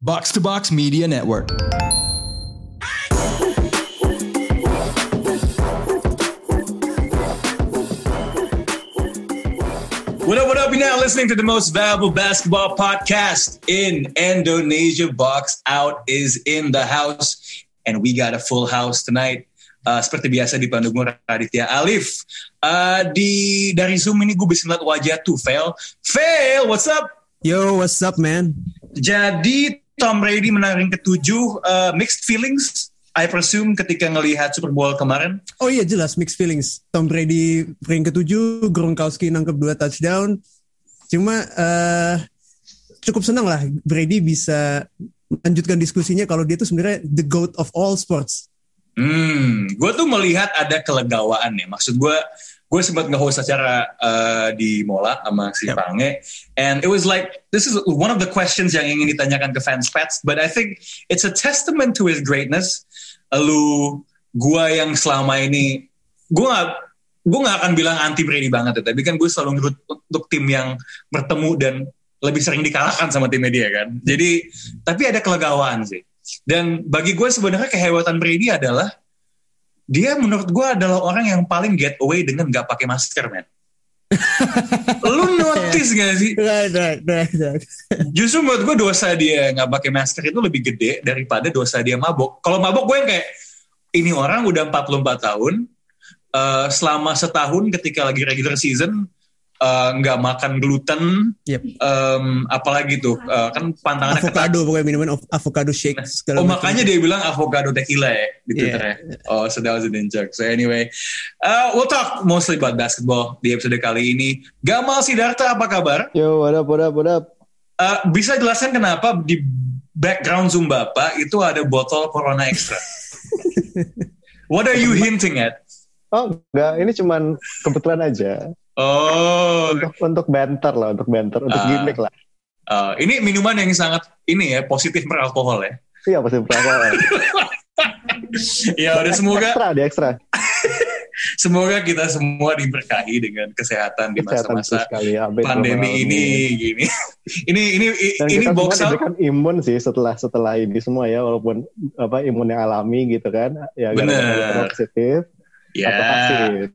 Box to Box Media Network. What up? You're now listening to the most valuable basketball podcast in Indonesia. Box Out is in the house. And we got a full house tonight. Seperti biasa dipandu gue Raditya Alif. Dari Zoom ini gue bisa lihat wajah tuh, Fail, what's up? Yo, what's up, man? Jadi Tom Brady menang ring ke-7. Mixed feelings, I presume, ketika ngelihat Super Bowl kemarin. Oh iya, jelas mixed feelings. Tom Brady ring ke-7, Gronkowski nangkep 2 touchdown. Cuma cukup senang lah Brady bisa lanjutkan diskusinya kalau dia tuh sebenarnya the GOAT of all sports. Gue tuh melihat ada kelegawaan ya. Maksud gue sempat nge-host acara di Mola sama si Pange, and it was like, this is one of the questions yang ingin ditanyakan ke fans Pats, but I think it's a testament to his greatness. Gue yang selama ini, gue gak akan bilang anti Brady banget ya, tapi kan gue selalu nurut untuk tim yang bertemu dan lebih sering dikalahkan sama timnya dia kan. Jadi, tapi ada kelegawaan sih. Dan bagi gue sebenarnya kehebatan Brady adalah dia menurut gue adalah orang yang paling get away dengan gak pakai masker, man. Lu notice gak sih? Right. Justru menurut gue dosa dia gak pakai masker itu lebih gede daripada dosa dia mabok. Kalau mabok gue yang kayak, ini orang udah 44 tahun, selama setahun ketika lagi regular season, nggak makan gluten, apalagi tuh kan pantangannya avocado, pokoknya minuman avocado shake. Makanya dia bilang avocado tequila ya di Twitternya. So that was a joke. So anyway, we'll talk mostly about basketball di episode kali ini. Gamal Sidarta, apa kabar? Yo, what up? Bisa jelaskan kenapa di background Zoom Bapak itu ada botol Corona Extra? What are you hinting at? Oh, enggak, ini cuman kebetulan aja. Oh, untuk banter, untuk gimmick lah. Ini minuman yang sangat ini ya, positif beralkohol ya. Iya, positif beralkohol. Ya udah, semoga ekstra. Semoga kita semua diberkahi dengan kesehatan di masa-masa pandemi ini gini. Ini box out kan imun sih setelah ini semua ya, walaupun imun yang alami gitu kan. Ya, benar. Positif. Iya.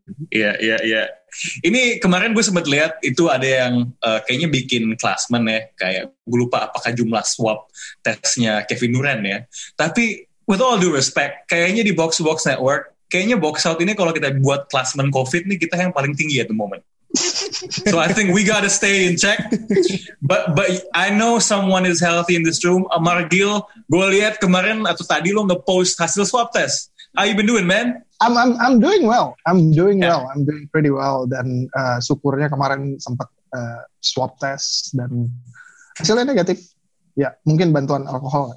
Ini kemarin gue sempat lihat itu ada yang kayaknya bikin klasmen ya, kayak gue lupa apakah jumlah swab tesnya Kevin Durant ya. Tapi with all due respect, kayaknya di Box Network, kayaknya Box Out ini kalau kita buat klasmen COVID nih, kita yang paling tinggi at the moment. So I think we gotta stay in check. But I know someone is healthy in this room. Margil, gue lihat kemarin atau tadi lo nge-post hasil swab test. How you been doing, man? I'm doing well. I'm doing pretty well. Dan syukurnya kemarin sempat swab test dan hasilnya negatif. Ya, mungkin bantuan alkohol.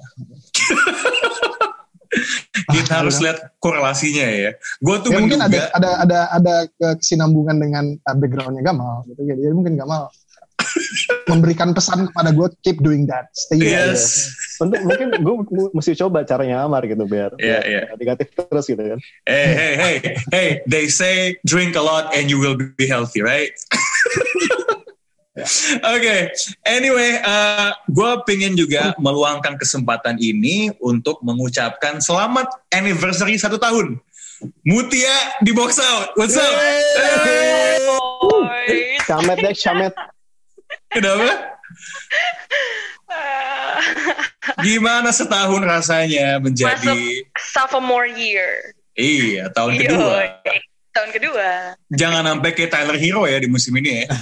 Kita harus lihat korelasinya ya. Gue tuh mungkin ada kesinambungan dengan backgroundnya Gamal. Gitu. Jadi mungkin Gamal memberikan pesan kepada gue, keep doing that, stay yes. Untuk mungkin gue mesti coba caranya Amar gitu biar negatif terus gitu kan. Hey, they say drink a lot and you will be healthy, right? Okay, anyway, gue pengen juga meluangkan kesempatan ini untuk mengucapkan selamat anniversary 1 tahun Mutia di Box Out. What's up? Syamet. Kenapa? Gimana setahun rasanya menjadi masuk sophomore year? Iya, tahun kedua. Tahun kedua. Jangan sampai kayak Tyler Hero ya di musim ini ya.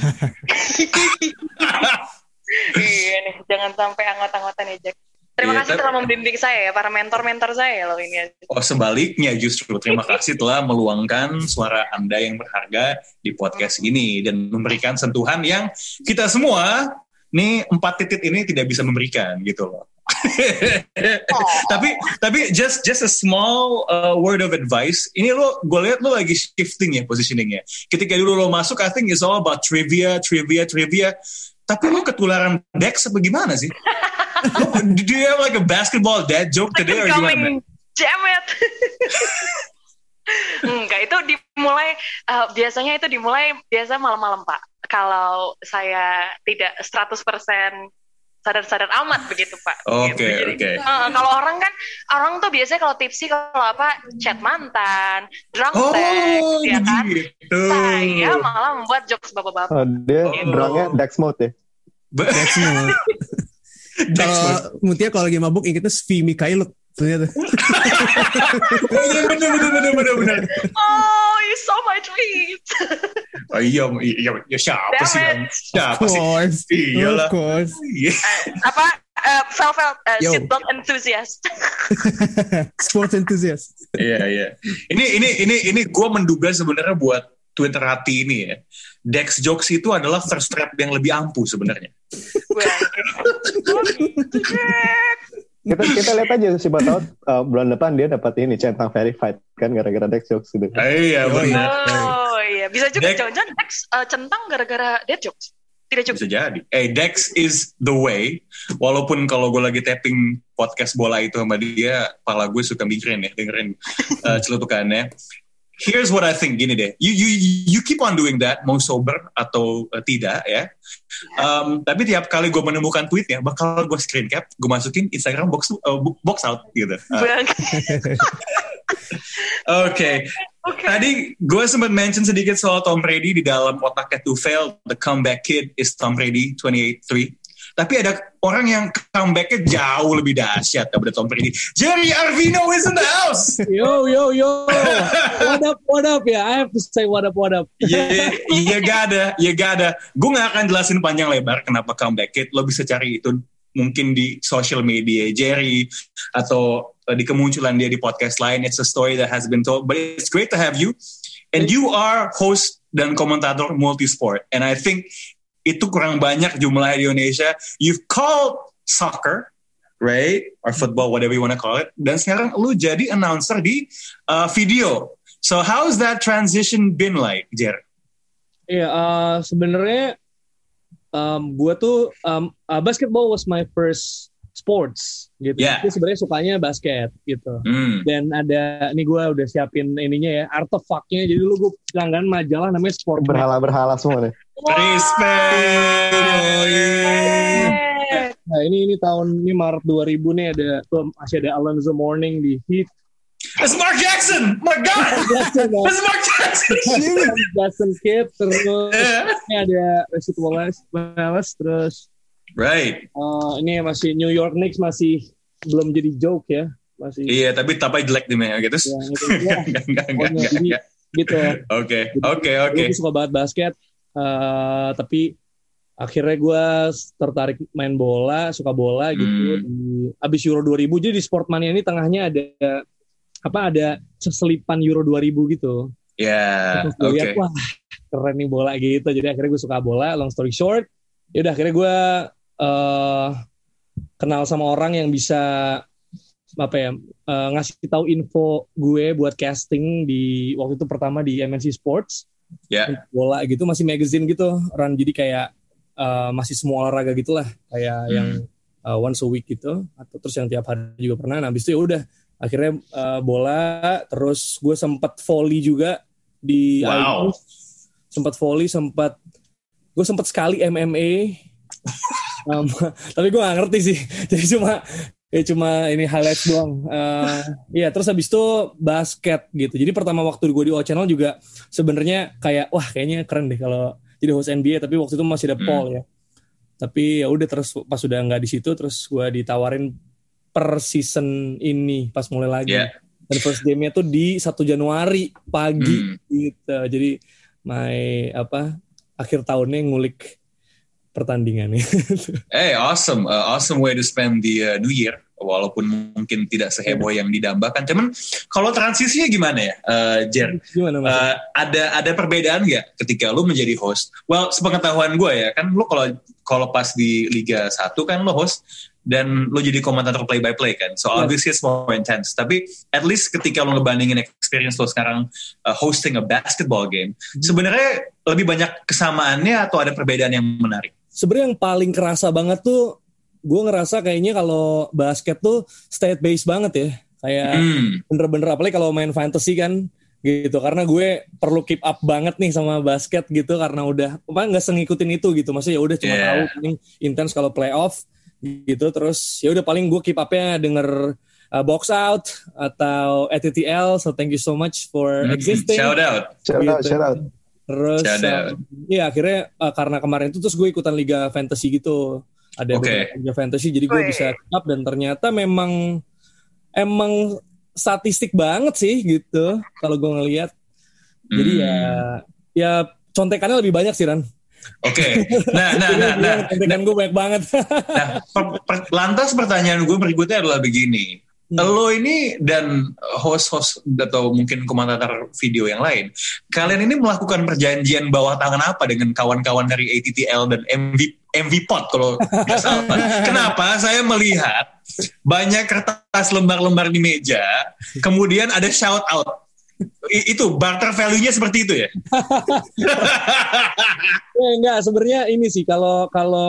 Iya nih, jangan sampai anggot-anggotan ya, Jack. Terima kasih telah membimbing saya ya, para mentor-mentor saya loh ini. Oh, sebaliknya justru terima kasih telah meluangkan suara Anda yang berharga di podcast ini dan memberikan sentuhan yang kita semua nih 4 titik ini tidak bisa memberikan gitu loh. tapi just a small word of advice. Ini gue lihat lo lagi shifting ya positioningnya. Ketika dulu lo masuk, I think it's all about trivia. Tapi lo ketularan Dex apa gimana sih? Do you have like a basketball dad joke today or gimana? Damn it. Enggak, itu dimulai biasanya biasa malam-malam Pak. Kalau saya tidak 100% sadar amat begitu Pak. Oke. Kalau orang tuh biasanya kalau tipsy kalau chat mantan, drunk text, ya kan. Gitu. Saya malah membuat jokes bapak-bapak. Dia drunknya Dex mode ya. Dex mode. Kalau Mutia kalau lagi mabuk ingetnya Svi Mikhailuk ternyata. Bener. Oh, you saw my tweet. Oh iya siapa sih? Iyalah. Of course. Seatbelt enthusiast. Sports enthusiast. Iya. Ini gue menduga sebenarnya buat Twitter hati ini ya. Dex jokes itu adalah thirst trap yang lebih ampuh sebenarnya. Kita lihat aja siapa tahu bulan depan dia dapat ini centang verified kan gara-gara Dex jokes gitu. Iya benar. Oh iya, bisa juga jangan-jangan Dex centang gara-gara dead jokes. Tidak cukup. Bisa jadi. Dex is the way. Walaupun kalau gue lagi tapping podcast bola itu sama dia, kepala gue suka mikirin ya, dengerin celutukannya. Here's what I think, gini deh. You keep on doing that, mau sober atau tidak ya. Tapi tiap kali gue menemukan tweetnya, bakal gue screen cap, gue masukin Instagram box out gitu. Oke. Tadi gue sempat mention sedikit soal Tom Brady di dalam otaknya Tufel, the comeback kid is Tom Brady 28-3. Tapi ada orang yang comebacknya jauh lebih dahsyat daripada Tom Brady. Jerry Arvino is in the house. Yo. What up ya? I have to say what up. Yeah, you gotta. Gue gak akan jelasin panjang lebar kenapa comeback kid. Lo bisa cari itu mungkin di social media Jerry atau di kemunculan dia di podcast lain. It's a story that has been told, but it's great to have you. And you are host dan komentator multisport. And I think itu kurang banyak jumlahnya di Indonesia. You've called soccer, right? Or football, whatever you want to call it. Dan sekarang lu jadi announcer di video. So how's that transition been like, Jer? Iya, sebenarnya gue tuh basketball was my first sports gitu. Yeah. Jadi sebenarnya sukanya basket gitu. Dan ada, ini gue udah siapin ininya ya, artefaknya. Jadi dulu gue langganan majalah namanya Sport. Berhala semua deh. Respect. Nah ini tahun ini Maret 2000 nih masih ada Alonzo Mourning di Heat. It's Mark Jackson. My God. It's Mark Jackson. Jackson Kidd terus ini ada Rasheed Wallace terus. Right. Ini masih New York Knicks masih belum jadi joke ya, masih. Iya, tapi tapai jelek nih ya gitu. Enggak. Gitu. Oke. Gue suka banget basket, tapi akhirnya gue tertarik main bola, suka bola gitu. Abis Euro 2000, jadi di Sportmania ini tengahnya ada seselipan Euro 2000 gitu. Ya. Oke. Wah, keren nih bola gitu. Jadi akhirnya gue suka bola. Long story short, yaudah akhirnya gue kenal sama orang yang bisa ngasih tahu info gue buat casting di waktu itu pertama di MNC Sports. Bola gitu, masih magazine gitu, run, jadi kayak masih semua olahraga gitulah, kayak yang once a week gitu, atau terus yang tiap hari juga pernah. Nah, habis itu ya udah akhirnya bola, terus gue sempat volley juga di gue sempat sekali MMA. Tapi gue gak ngerti sih, jadi cuma ini highlights doang. Iya, terus habis itu basket gitu. Jadi pertama waktu gue di O Channel juga sebenarnya kayak wah kayaknya keren deh kalau jadi host NBA, tapi waktu itu masih ada Paul ya. Tapi ya udah, terus pas sudah nggak di situ, terus gue ditawarin per season ini pas mulai lagi. Dan first game-nya tuh di 1 Januari pagi gitu. Jadi akhir tahunnya ngulik pertandingannya. Awesome way to spend the New Year, walaupun mungkin tidak seheboh yang didambakan. Cuman kalau transisinya gimana ya, Jer? Gimana, ada perbedaan nggak ketika lu menjadi host? Well, sepengetahuan gue ya, kan lu kalau pas di Liga 1 kan lu host dan lu jadi komentator play by play kan. So obviously it's more intense. Tapi at least ketika lu ngebandingin experience lu sekarang hosting a basketball game, sebenarnya lebih banyak kesamaannya atau ada perbedaan yang menarik? Sebenarnya yang paling kerasa banget tuh, gue ngerasa kayaknya kalau basket tuh state based banget ya, kayak bener-bener, apalagi kalau main fantasy kan gitu, karena gue perlu keep up banget nih sama basket gitu, karena udah nggak sengikutin itu gitu, maksudnya ya udah cuma tahu paling intens kalau playoff gitu. Terus ya udah paling gue keep up-nya denger Box Out atau ATTL. So thank you so much for existing. Shout out. Terus ya akhirnya karena kemarin itu terus gue ikutan Liga Fantasy gitu. Ada Liga Fantasy jadi gue bisa keep up dan ternyata emang statistik banget sih gitu kalau gue ngelihat. Jadi ya contekannya lebih banyak sih, Ran. Oke. Nah. Contekan gue banyak banget. Nah, lantas pertanyaan gue berikutnya adalah begini. Lo ini dan host-host atau mungkin komentator video yang lain, kalian ini melakukan perjanjian bawah tangan apa dengan kawan-kawan dari ATTL dan MV Pod kalau nggak salah? Kenapa saya melihat banyak kertas lembar-lembar di meja, kemudian ada shout out. Itu barter value-nya seperti itu ya? Enggak, sebenarnya ini sih kalau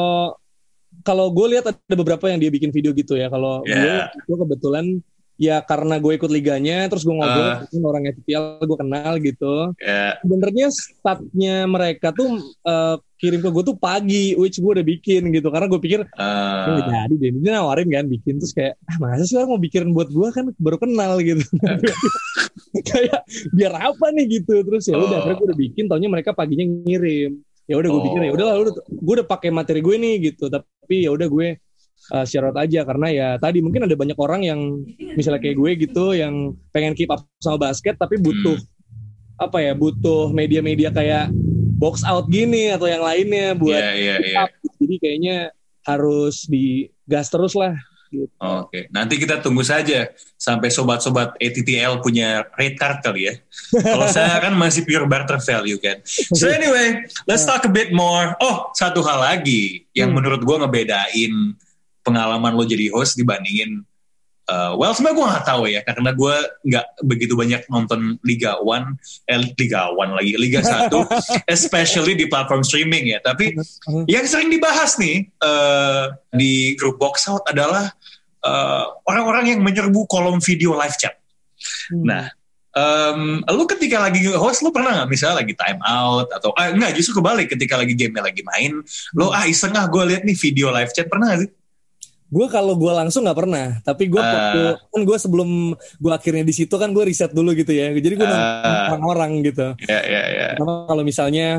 gue lihat ada beberapa yang dia bikin video gitu ya. Kalau gue kebetulan ya karena gue ikut liganya, terus gue ngobrol dengan orang FPL gue kenal gitu. Sebenarnya statnya mereka tuh kirim ke gue tuh pagi, which gue udah bikin gitu. Karena gue pikir, jadi dia nawarin kan bikin, terus kayak masa sih orang mau bikin buat gue, kan baru kenal gitu. Kayak biar apa nih gitu. Terus ya udah, akhirnya gue udah bikin, taunya mereka paginya ngirim. Ya udah gue pikir ya udahlah, gue udah pakai materi gue nih gitu. Tapi ya udah gue share out aja karena ya tadi mungkin ada banyak orang yang misalnya kayak gue gitu yang pengen keep up sama basket tapi butuh butuh media-media kayak Box Out gini atau yang lainnya buat keep up. Jadi kayaknya harus digas terus lah gitu. Oke, nanti kita tunggu saja sampai sobat-sobat ATTL punya rate card kali ya. Kalau saya kan masih pure barter value kan. So anyway, let's talk a bit more. Oh, satu hal lagi yang menurut gue ngebedain pengalaman lo jadi host dibandingin sebenarnya gue nggak tahu ya karena gue nggak begitu banyak nonton Liga 1 especially di platform streaming ya. Tapi yang sering dibahas nih di grup Box Out adalah orang-orang yang menyerbu kolom video live chat. Nah, lu ketika lagi host lu pernah nggak misalnya lagi time out atau nggak, justru kebalik, ketika lagi game-nya lagi main lo iseng gue lihat nih video live chat, pernah nggak sih? Gue kalau gue langsung nggak pernah, tapi gue kan gue sebelum gue akhirnya di situ kan gue riset dulu gitu ya, jadi gue nonton orang-orang gitu. Karena kalau misalnya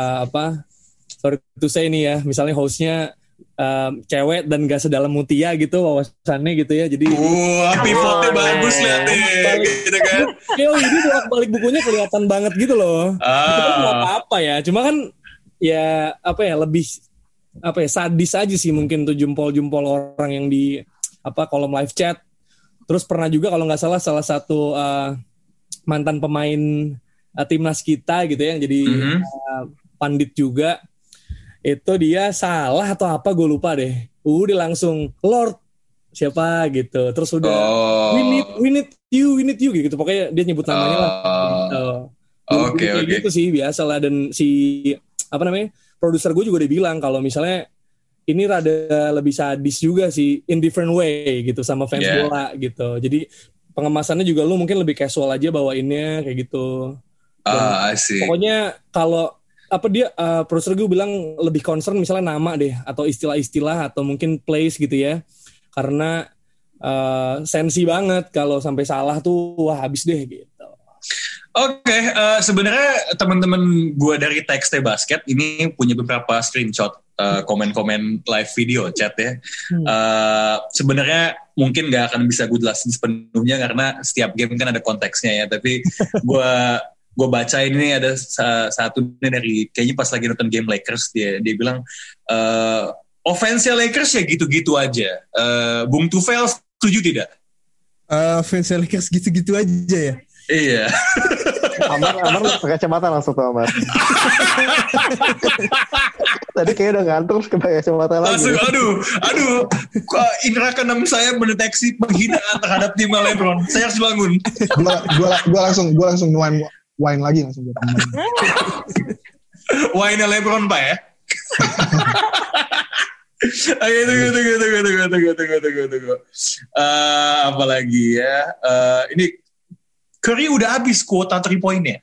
sorry to say nih ya, misalnya hostnya cewek dan gak sedalam Mutia gitu wawasannya gitu ya, jadi pivotnya bagus lihat deh gitu kan. Ini balik bukunya kelihatan banget gitu loh. Itu kan nggak apa-apa ya, cuma kan ya lebih sadis aja sih mungkin tuh jempol-jempol orang yang di kolom live chat. Terus pernah juga kalau nggak salah satu mantan pemain timnas kita gitu ya, yang jadi pandit juga, itu dia salah atau apa gue lupa deh, udah langsung Lord siapa gitu, terus udah we need you gitu, pokoknya dia nyebut namanya lah gitu. Oke. Gitu sih biasa lah. Dan si produser gue juga udah bilang kalau misalnya ini rada lebih sadis juga sih, in different way gitu sama fans bola gitu. Jadi pengemasannya juga lu mungkin lebih casual aja bawainnya kayak gitu. Pokoknya kalau produser gue bilang lebih concern misalnya nama deh atau istilah-istilah atau mungkin place gitu ya. Karena sensi banget kalau sampai salah tuh habis deh gitu. Oke, sebenarnya teman-teman gue dari TXT Basket ini punya beberapa screenshot komen-komen live video chat ya. Sebenarnya mungkin nggak akan bisa gue jelasin sepenuhnya karena setiap game kan ada konteksnya ya. Tapi gue baca ini ada satu dari kayaknya pas lagi nonton game Lakers, dia bilang offense Lakers ya gitu-gitu aja. Bung Tufel setuju tidak? Offense Lakers gitu-gitu aja ya. Iya. Amar pakai kacamata langsung tuh Amar. Tadi kayaknya udah ngantuk pakai kacamata lagi. Aduh. Indra keenam saya mendeteksi penghinaan terhadap tim LeBron. Saya harus bangun. Gue langsung wine lagi langsung buat teman. Wine LeBron Pak ya. Tunggu. Apa lagi ya? Ini Curry udah habis kuota 3 point-nya.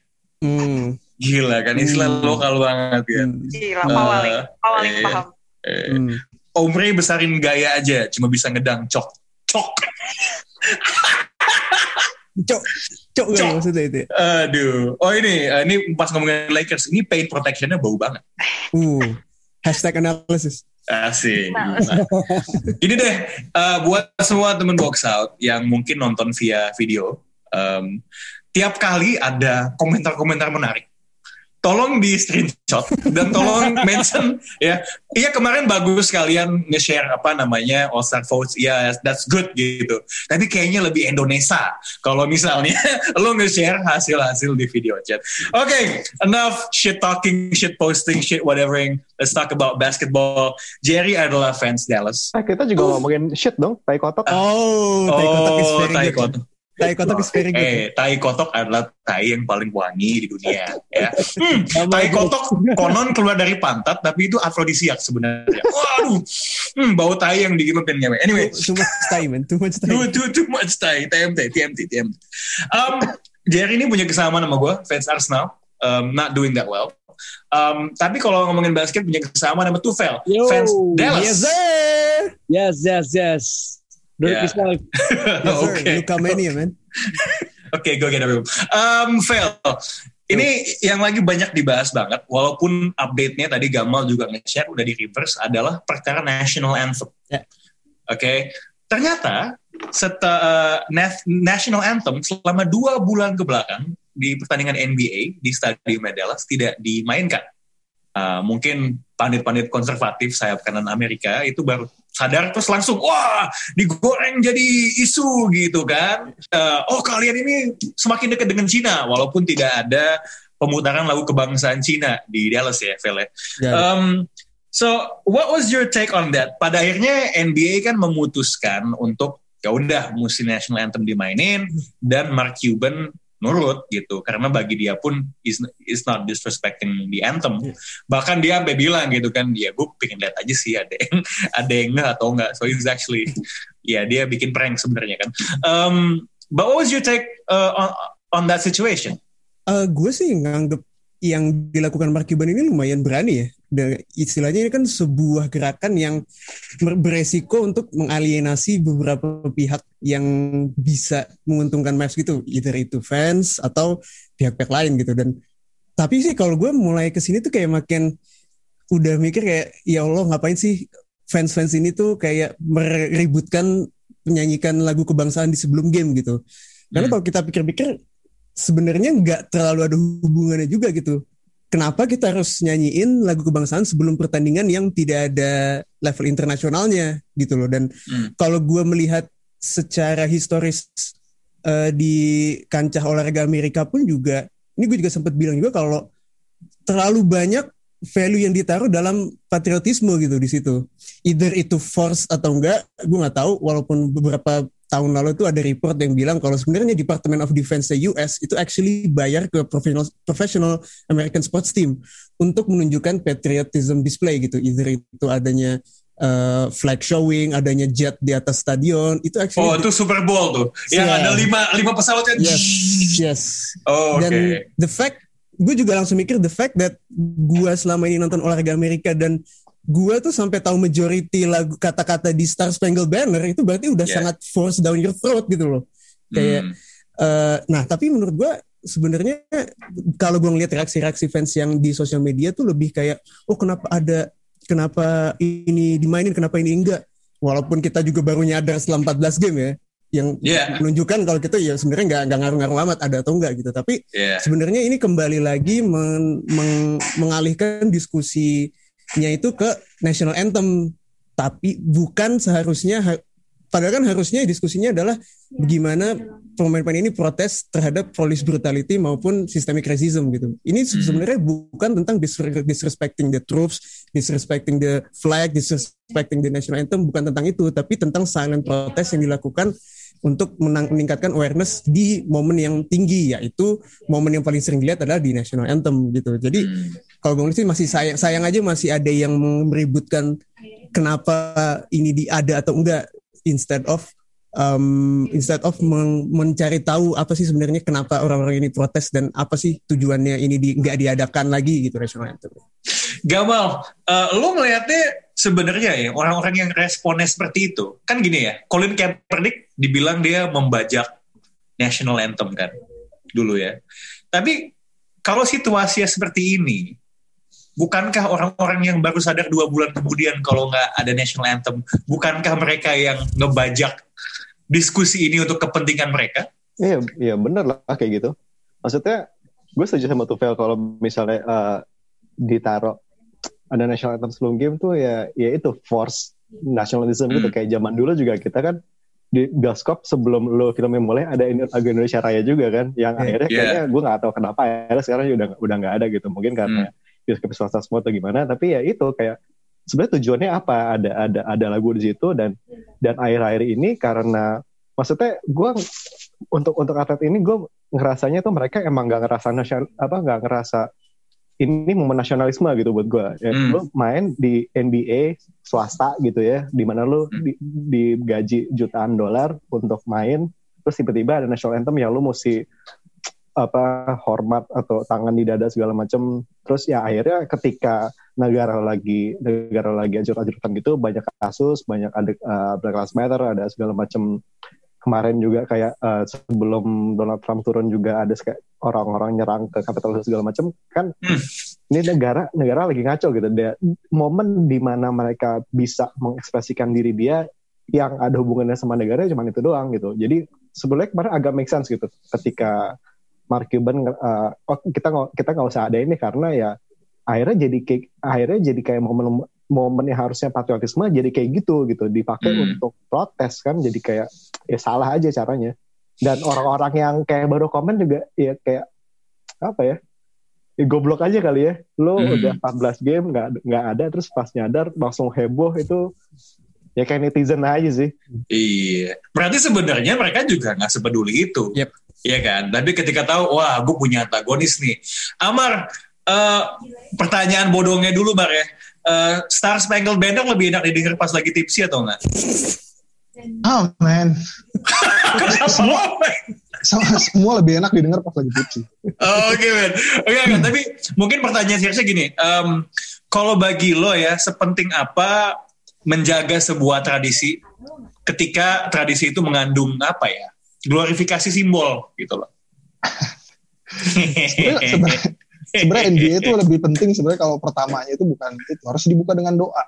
Gila kan, istilah lokal banget kan. Gila, pawaling paham. Om Ray besarin gaya aja, cuma bisa ngedang cok. Cok gak maksudnya itu? Aduh. Oh ini pas ngomongin Lakers, ini paint protectionnya bau banget. Hashtag analysis. Asik. Gini deh, buat semua temen box out yang mungkin nonton via video, tiap kali ada komentar-komentar menarik, tolong di screenshot dan tolong mention ya. Iya kemarin bagus kalian nge-share All Star votes. Iya, that's good gitu. Tapi kayaknya lebih Indonesia kalau misalnya lo nge-share hasil-hasil di video chat. Oke, enough shit talking, shit posting, shit whatevering. Let's talk about basketball. Jerry adalah fans Dallas. Kita juga ngomongin shit dong, tai kotok. Tai kotok is very good. Tai kotok is very good. Tai kotok adalah tai yang paling wangi di dunia. Ya. Tai kotok konon keluar dari pantat, tapi itu afrodisiak sebenarnya. Waduh, bau tai yang bikin pengen ngewe. Anyway, too much tai, man. Too much tai. TMT. Jerry ini punya kesamaan sama gue, fans Arsenal, not doing that well. Tapi kalau ngomongin basket punya kesamaan sama Tufel, fans Dallas. Yes. Yeah. Okay. Luka mania, man. Okay, go get a room. Phil, ini yang lagi banyak dibahas banget, walaupun update-nya tadi Gamal juga nge-share udah di reverse, adalah perkara National Anthem. Yeah. Okay. Ternyata National Anthem selama 2 bulan kebelakang di pertandingan NBA di Stadium Dallas tidak dimainkan. Mungkin pandit-pandit konservatif sayap kanan Amerika itu baru sadar terus langsung digoreng jadi isu gitu kan. Kalian ini semakin dekat dengan Cina walaupun tidak ada pemutaran lagu kebangsaan Cina di Dallas ya, Phil. So what was your take on that? Pada akhirnya NBA kan memutuskan untuk ya udah musim National Anthem dimainin dan Mark Cuban nurut gitu, karena bagi dia pun is not disrespecting the anthem. Bahkan dia sampai bilang gitu kan, gue pengen lihat aja sih ada yang nggak atau nggak. So it's actually dia bikin prank sebenarnya kan. But what was your take on that situation? Gue sih nganggep yang dilakukan Mark Cuban ini lumayan berani ya. Dan istilahnya ini kan sebuah gerakan yang beresiko untuk mengalienasi beberapa pihak yang bisa menguntungkan Mavs gitu, either itu fans atau pihak-pihak lain gitu. Dan tapi sih kalau gue mulai kesini tuh kayak makin udah mikir kayak ya Allah ngapain sih fans-fans ini tuh kayak meributkan menyanyikan lagu kebangsaan di sebelum game gitu. Karena kalau kita pikir-pikir sebenarnya nggak terlalu ada hubungannya juga gitu. Kenapa kita harus nyanyiin lagu kebangsaan sebelum pertandingan yang tidak ada level internasionalnya gitu loh. Dan kalau gue melihat secara historis di kancah olahraga Amerika pun juga, ini gue juga sempat bilang juga kalau terlalu banyak value yang ditaruh dalam patriotisme gitu di situ. Either itu force atau enggak, gue nggak tahu. Walaupun beberapa tahun lalu itu ada report yang bilang kalau sebenarnya Department of Defense US itu actually bayar ke professional American sports team untuk menunjukkan patriotism display gitu. Either itu adanya flag showing, adanya jet di atas stadion, itu actually itu Super Bowl tuh. Yang ada 5 pesawat kan. Yes. Okay. Dan the fact, gue juga langsung mikir the fact that gue selama ini nonton olahraga Amerika dan gue tuh sampai tahu majority lagu kata-kata di Star Spangled Banner itu berarti udah sangat force down your throat gitu loh. Kayak nah tapi menurut gue sebenarnya kalau gue ngeliat reaksi-reaksi fans yang di sosial media tuh lebih kayak kenapa ini dimainin, kenapa ini enggak. Walaupun kita juga baru nyadar setelah 14 game ya yang menunjukkan kalau kita ya sebenarnya nggak ngaruh-ngaruh amat ada atau enggak gitu. Tapi sebenarnya ini kembali lagi mengalihkan diskusi itu ke National Anthem, tapi bukan seharusnya, padahal kan harusnya diskusinya adalah bagaimana pemain-pemain ini protes terhadap police brutality maupun systemic racism gitu. Ini sebenarnya bukan tentang disrespecting the troops, disrespecting the flag, disrespecting the National Anthem, bukan tentang itu, tapi tentang silent protest yang dilakukan untuk meningkatkan awareness di momen yang tinggi, yaitu momen yang paling sering dilihat adalah di National Anthem gitu. Jadi kalau gue sih masih sayang aja masih ada yang meributkan kenapa ini ada atau enggak, instead of mencari tahu apa sih sebenarnya kenapa orang-orang ini protes dan apa sih tujuannya ini nggak diadakan lagi gitu National Anthem. Gamal, lo ngelihatnya sebenarnya ya orang-orang yang responnya seperti itu kan gini ya, Colin Kaepernick dibilang dia membajak national anthem kan dulu ya. Tapi kalau situasinya seperti ini, bukankah orang-orang yang baru sadar 2 bulan kemudian kalau nggak ada national anthem, bukankah mereka yang ngebajak diskusi ini untuk kepentingan mereka? Iya bener lah kayak gitu. Maksudnya gue setuju sama Tufel kalau misalnya ditaruh ada national anthem sebelum game tuh ya itu force nationalism gitu. Kayak zaman dulu juga kita kan di bioskop sebelum lo filmnya mulai ada lagu Indonesia Raya juga kan, yang akhirnya kayaknya gue nggak tahu kenapa akhirnya sekarang udah nggak ada gitu, mungkin karena bioskop swasta semua atau gimana. Tapi ya itu kayak sebenarnya tujuannya apa, ada lagu di situ dan akhir-akhir ini karena maksudnya gue untuk atlet ini gue ngerasanya tuh mereka emang nggak ngerasa ini momen nasionalisme gitu buat gue. Ya, lu main di NBA swasta gitu ya, di mana lu digaji jutaan dolar untuk main, terus tiba-tiba ada national anthem yang lu mesti hormat atau tangan di dada segala macam. Terus ya akhirnya ketika negara lagi ajur-ajuran gitu, banyak kasus, banyak ada Black Lives Matter, ada segala macam. Kemarin juga kayak sebelum Donald Trump turun juga ada kayak orang-orang nyerang ke Capitol segala macam kan. Ini negara lagi ngaco gitu. Momen di mana mereka bisa mengekspresikan diri dia yang ada hubungannya sama negara cuma itu doang gitu. Jadi sebenarnya kemarin agak make sense gitu ketika Mark Cuban kita nggak usah ada ini karena ya akhirnya jadi kayak momen yang harusnya patriotisme jadi kayak gitu dipakai untuk protes kan, jadi kayak ya salah aja caranya. Dan orang-orang yang kayak baru komen juga ya kayak apa ya goblok aja kali ya, lo udah 14 game nggak ada, terus pas nyadar langsung heboh, itu ya kayak netizen aja sih. Iya, berarti sebenarnya mereka juga nggak sepeduli itu. Iya kan, tapi ketika tahu wah gue punya antagonis nih. Amar, pertanyaan bodohnya dulu Mar ya. Star Spangled Banner lebih enak didengar pas lagi tipsi atau enggak? Oh man, semua lebih enak didengar pas lagi tipsi. Oke man, oke. Tapi mungkin pertanyaan seriusnya gini, kalau bagi lo ya sepenting apa menjaga sebuah tradisi ketika tradisi itu mengandung apa ya glorifikasi simbol gitu loh. Sebenarnya NBA itu lebih penting sebenarnya kalau pertamanya itu bukan itu, harus dibuka dengan doa.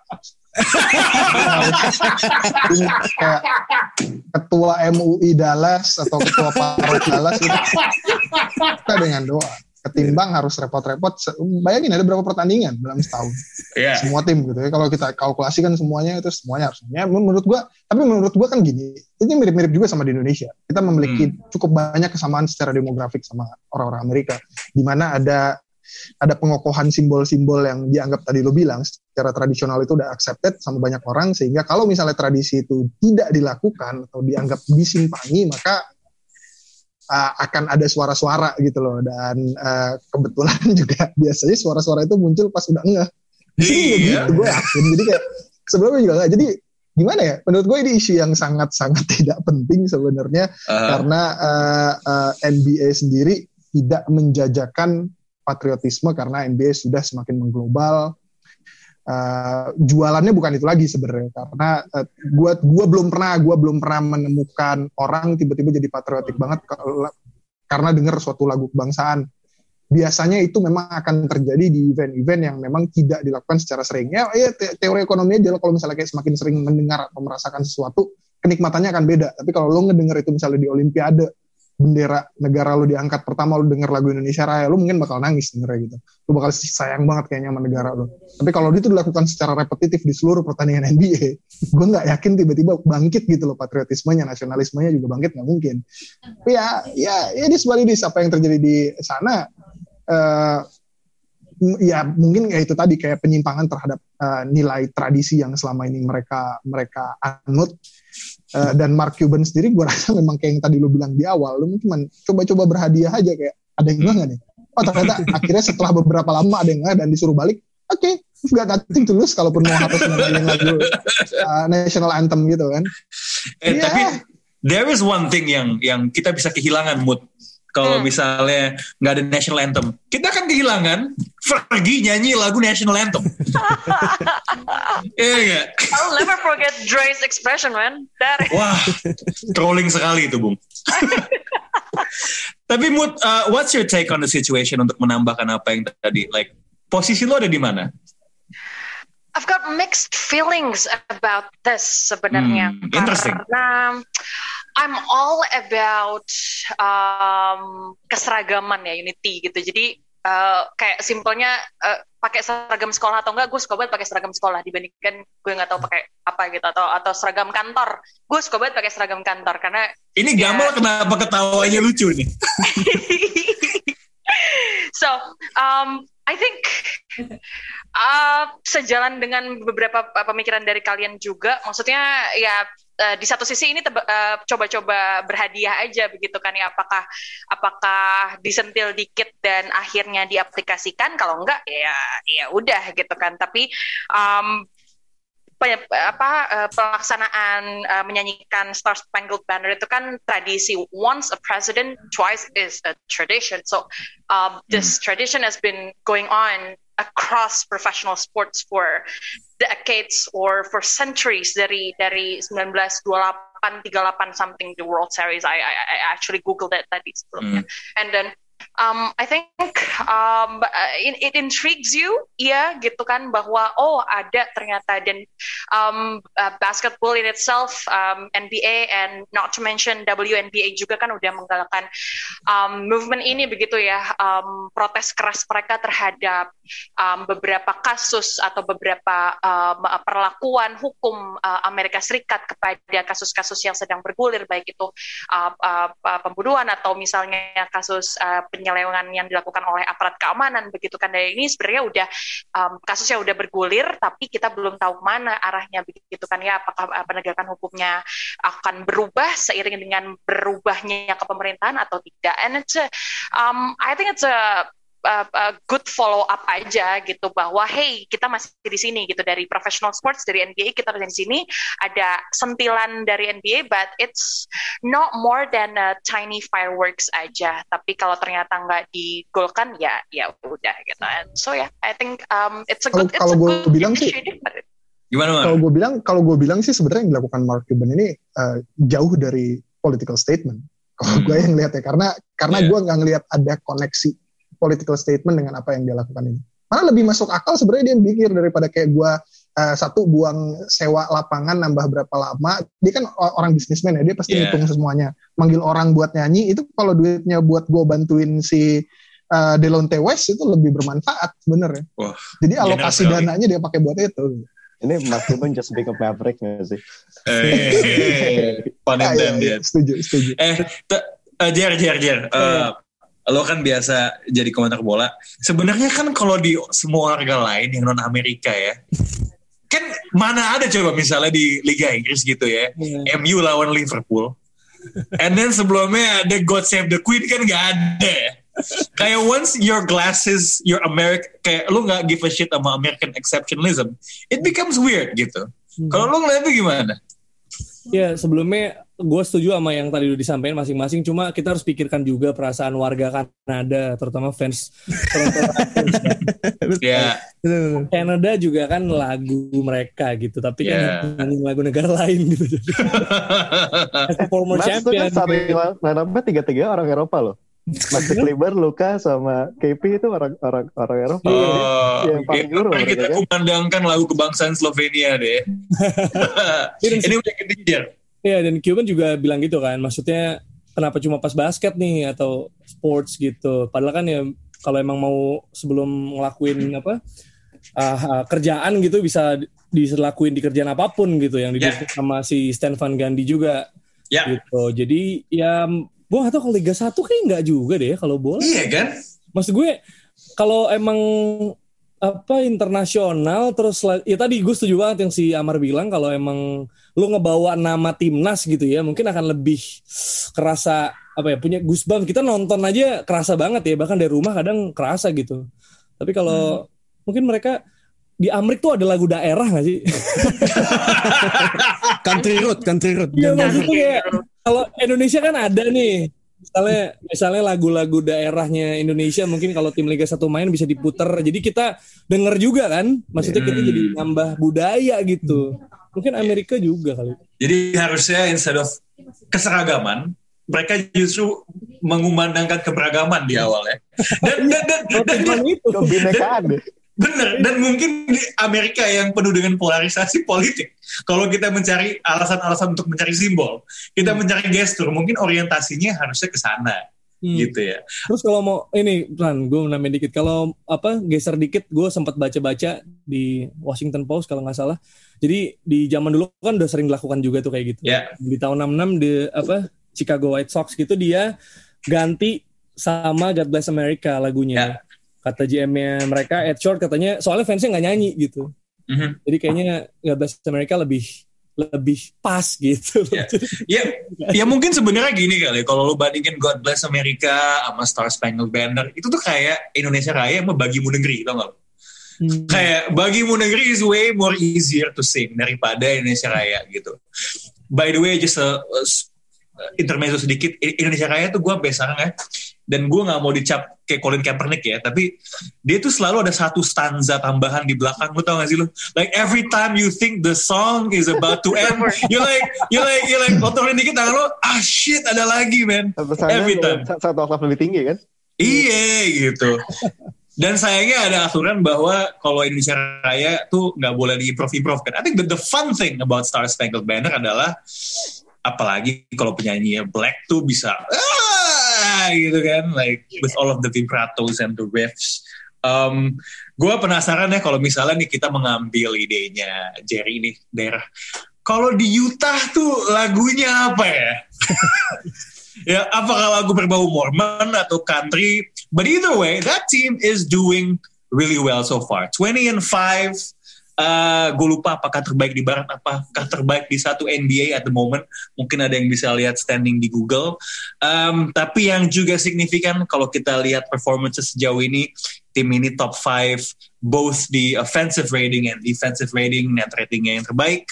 Kayak ketua MUI Dallas atau ketua Parot Dallas itu buka dengan doa. Ketimbang harus repot-repot. Bayangin ada berapa pertandingan dalam setahun. Semua tim gitu ya. Kalau kita kalkulasi kan semuanya harusnya. Menurut gua kan gini. Ini mirip-mirip juga sama di Indonesia. Kita memiliki cukup banyak kesamaan secara demografik sama orang-orang Amerika. Di mana ada pengokohan simbol-simbol yang dianggap tadi lo bilang secara tradisional itu udah accepted sama banyak orang, sehingga kalau misalnya tradisi itu tidak dilakukan atau dianggap disimpangi, maka akan ada suara-suara gitu loh. Dan kebetulan juga biasanya suara-suara itu muncul pas udah ngeh. Gitu gue yakin. Jadi kayak sebelumnya juga nggak. Jadi gimana ya? Menurut gue ini isu yang sangat-sangat tidak penting sebenarnya, karena NBA sendiri tidak menjajakan patriotisme karena NBA sudah semakin mengglobal. Jualannya bukan itu lagi sebenarnya, karena gua belum pernah menemukan orang tiba-tiba jadi patriotik banget karena dengar suatu lagu kebangsaan. Biasanya itu memang akan terjadi di event-event yang memang tidak dilakukan secara sering. Ya teori ekonominya adalah kalau misalnya kayak semakin sering mendengar atau merasakan sesuatu, kenikmatannya akan beda. Tapi kalau lo ngedenger itu misalnya di Olimpiade, bendera negara lu diangkat pertama, lu denger lagu Indonesia Raya, lu mungkin bakal nangis dengernya gitu. Lu bakal sayang banget kayaknya sama negara lu. Tapi kalau itu dilakukan secara repetitif di seluruh pertandingan NBA, gue nggak yakin tiba-tiba bangkit gitu loh patriotismenya, nasionalismenya juga bangkit, nggak mungkin. Tapi ya this what it is, apa yang terjadi di sana, ya mungkin ya itu tadi kayak penyimpangan terhadap nilai tradisi yang selama ini mereka anut. Dan Mark Cuban sendiri gue rasa memang kayak yang tadi lu bilang di awal, lu cuma coba-coba berhadiah aja, kayak ada yang nggak nih? Oh ternyata akhirnya setelah beberapa lama ada yang nggak dan disuruh balik. Oke, got nothing to lose kalaupun mau harus nyanyiin lagu national anthem gitu kan. Tapi there is one thing yang kita bisa kehilangan mood kalau misalnya nggak ada national anthem. Kita kan kehilangan Fergie nyanyi lagu national anthem. Iya nggak? I'll never forget Dre's expression, man. Wah, trolling sekali itu, Bung. Tapi Mut, what's your take on the situation untuk menambahkan apa yang tadi? Like, posisi lo ada di mana? I've got mixed feelings about this sebenarnya. Interesting. Karena I'm all about keseragaman ya, unity gitu. Jadi kayak simpelnya pakai seragam sekolah atau enggak, gue suka banget pakai seragam sekolah dibandingkan gue nggak tahu pakai apa gitu, atau seragam kantor. Gue suka banget pakai seragam kantor karena ini Gamal kenapa ketawanya lucu nih? So, I think sejalan dengan beberapa pemikiran dari kalian juga, maksudnya ya di satu sisi ini coba-coba berhadiah aja begitu kan ya, apakah disentil dikit dan akhirnya diaplikasikan, kalau enggak ya udah gitu kan. Tapi pelaksanaan menyanyikan Star Spangled Banner itu kan tradisi. Once a president, twice is a tradition. So this tradition has been going on across professional sports for decades or for centuries, dari 1928, 38 something, the World Series. I actually googled it tadi sebelumnya. And then I think it intrigues you, ya gitu kan, bahwa ada ternyata, dan basketball in itself, NBA and not to mention WNBA juga kan udah menggalakkan movement ini begitu ya, protes keras mereka terhadap beberapa kasus atau beberapa perlakuan hukum Amerika Serikat kepada kasus-kasus yang sedang bergulir, baik itu pembunuhan atau misalnya kasus penyelewengan yang dilakukan oleh aparat keamanan begitu kan. Dan ini sebenarnya udah kasusnya udah bergulir, tapi kita belum tahu mana arahnya begitu kan ya, apakah penegakan hukumnya akan berubah seiring dengan berubahnya kepemerintahan atau tidak. And it's I think it's a good follow up aja gitu, bahwa hey, kita masih di sini gitu, dari professional sports, dari NBA kita masih di sini, ada sentilan dari NBA, but it's not more than a tiny fireworks aja. Tapi kalau ternyata nggak digolkan ya udah gitu. And so I think it's a good initiative. Gimana? Kalau gue bilang sih sebenarnya yang dilakukan Mark Cuban ini jauh dari political statement. Kalau gue yang lihat ya, karena gue nggak ngelihat ada koneksi political statement dengan apa yang dia lakukan ini. Malah lebih masuk akal sebenarnya dia mikir daripada kayak gue satu buang sewa lapangan nambah berapa lama. Dia kan orang bisnismen ya, dia pasti hitung semuanya. Manggil orang buat nyanyi itu, kalau duitnya buat gue bantuin si Delonte West itu lebih bermanfaat sebenarnya. Jadi alokasi dananya dia pakai buat itu. Ini Mark Cuban just become maverick nggak sih? Pun intended. Setuju. Jer. Lo kan biasa jadi komentar bola. Sebenarnya kan kalau di semua warga lain yang non Amerika ya, kan mana ada coba misalnya di Liga Inggris gitu ya, MU lawan Liverpool, and then sebelumnya ada God Save the Queen, kan nggak ada. Kayak once your glasses, your American, kayak lo nggak give a shit sama American exceptionalism, it becomes weird gitu. Kalau lo ngeliatnya gimana? Ya, sebelumnya gue setuju sama yang tadi udah disampaikan masing-masing, cuma kita harus pikirkan juga perasaan warga Kanada, terutama fans Toronto Raptors. Ya. Kanada juga kan lagu mereka gitu, tapi kan nyanyi lagu negara lain gitu. As a former champion. Mas itu kan namanya 3-3 orang Eropa loh. Max Kleber, Luka, sama KP itu orang Eropa. Yang paling guru. Kita kumandangkan lagu kebangsaan Slovenia deh. Ini udah ketinggian. Iya, dan Cuban juga bilang gitu kan, maksudnya kenapa cuma pas basket nih atau sports gitu. Padahal kan ya kalau emang mau sebelum ngelakuin kerjaan gitu bisa dilakuin di kerjaan apapun gitu, yang didukung sama si Stan Van Gundy juga. Gitu. Jadi ya gue gak tau kalau Liga 1 kayak enggak juga deh kalau bola. Iya kan? Maksud gue kalau emang internasional terus ya tadi gue setuju banget yang si Amar bilang, kalau emang lu ngebawa nama timnas gitu ya, mungkin akan lebih kerasa punya goosebumps. Kita nonton aja kerasa banget ya, bahkan dari rumah kadang kerasa gitu. Tapi kalau mungkin mereka di Amrik tuh ada lagu daerah gak sih? Country road. Ya maksudnya kayak kalau Indonesia kan ada nih misalnya lagu-lagu daerahnya Indonesia mungkin kalau tim Liga 1 main bisa diputer. Jadi kita denger juga kan. Maksudnya kita jadi nambah budaya gitu. Mungkin Amerika juga kali. Jadi harusnya instead of keseragaman, mereka justru mengumandangkan keberagaman di awal ya. Dan itu kebinekaan deh. Bener, dan mungkin di Amerika yang penuh dengan polarisasi politik, kalau kita mencari alasan-alasan untuk mencari simbol, kita mencari gestur, mungkin orientasinya harusnya ke sana, gitu ya. Terus kalau mau ini, Ran, gue nambahin dikit. Kalau geser dikit, gue sempat baca-baca di Washington Post kalau nggak salah. Jadi di zaman dulu kan udah sering dilakukan juga tuh kayak gitu. Yeah. Di tahun 66 di Chicago White Sox gitu dia ganti sama God Bless America lagunya. Yeah. Kata GM-nya mereka, Ed Short katanya, soalnya fansnya nggak nyanyi gitu. Jadi kayaknya God Bless America lebih pas gitu. Ya mungkin sebenarnya gini kali, kalau lu bandingin God Bless America sama Star Spangled Banner, itu tuh kayak Indonesia Raya sama Bagimu Negeri, tau gak? Kayak Bagimu Negeri is way more easier to sing daripada Indonesia Raya gitu. By the way, just intermezzo sedikit, Indonesia Raya tuh gue besarnya ya. Dan gue gak mau dicap kayak Colin Kaepernick ya, tapi dia tuh selalu ada satu stanza tambahan di belakang. Lu tau gak sih lu? Like every time you think the song is about to end, you like kotorin dikit tangan lu, shit ada lagi man. Every time. Satu oktaf lebih tinggi kan? Iya gitu. Dan sayangnya ada aturan bahwa kalau Indonesia Raya tuh gak boleh di-improve kan. I think the fun thing about Star Spangled Banner adalah, apalagi kalau penyanyinya Black tuh bisa gitu kan, like with all of the vibratos and the riffs. Gue penasaran ya kalau misalnya nih kita mengambil idenya Jerry nih daerah. Kalau di Utah tuh lagunya apa ya? Ya apakah lagu berbau Mormon atau country? But either way, that team is doing really well so far. 20-5. Gue lupa apakah terbaik di Barat, apakah terbaik di satu NBA at the moment. Mungkin ada yang bisa lihat standing di Google. Tapi yang juga signifikan kalau kita lihat performance sejauh ini, tim ini top 5 both di offensive rating and defensive rating, net ratingnya yang terbaik.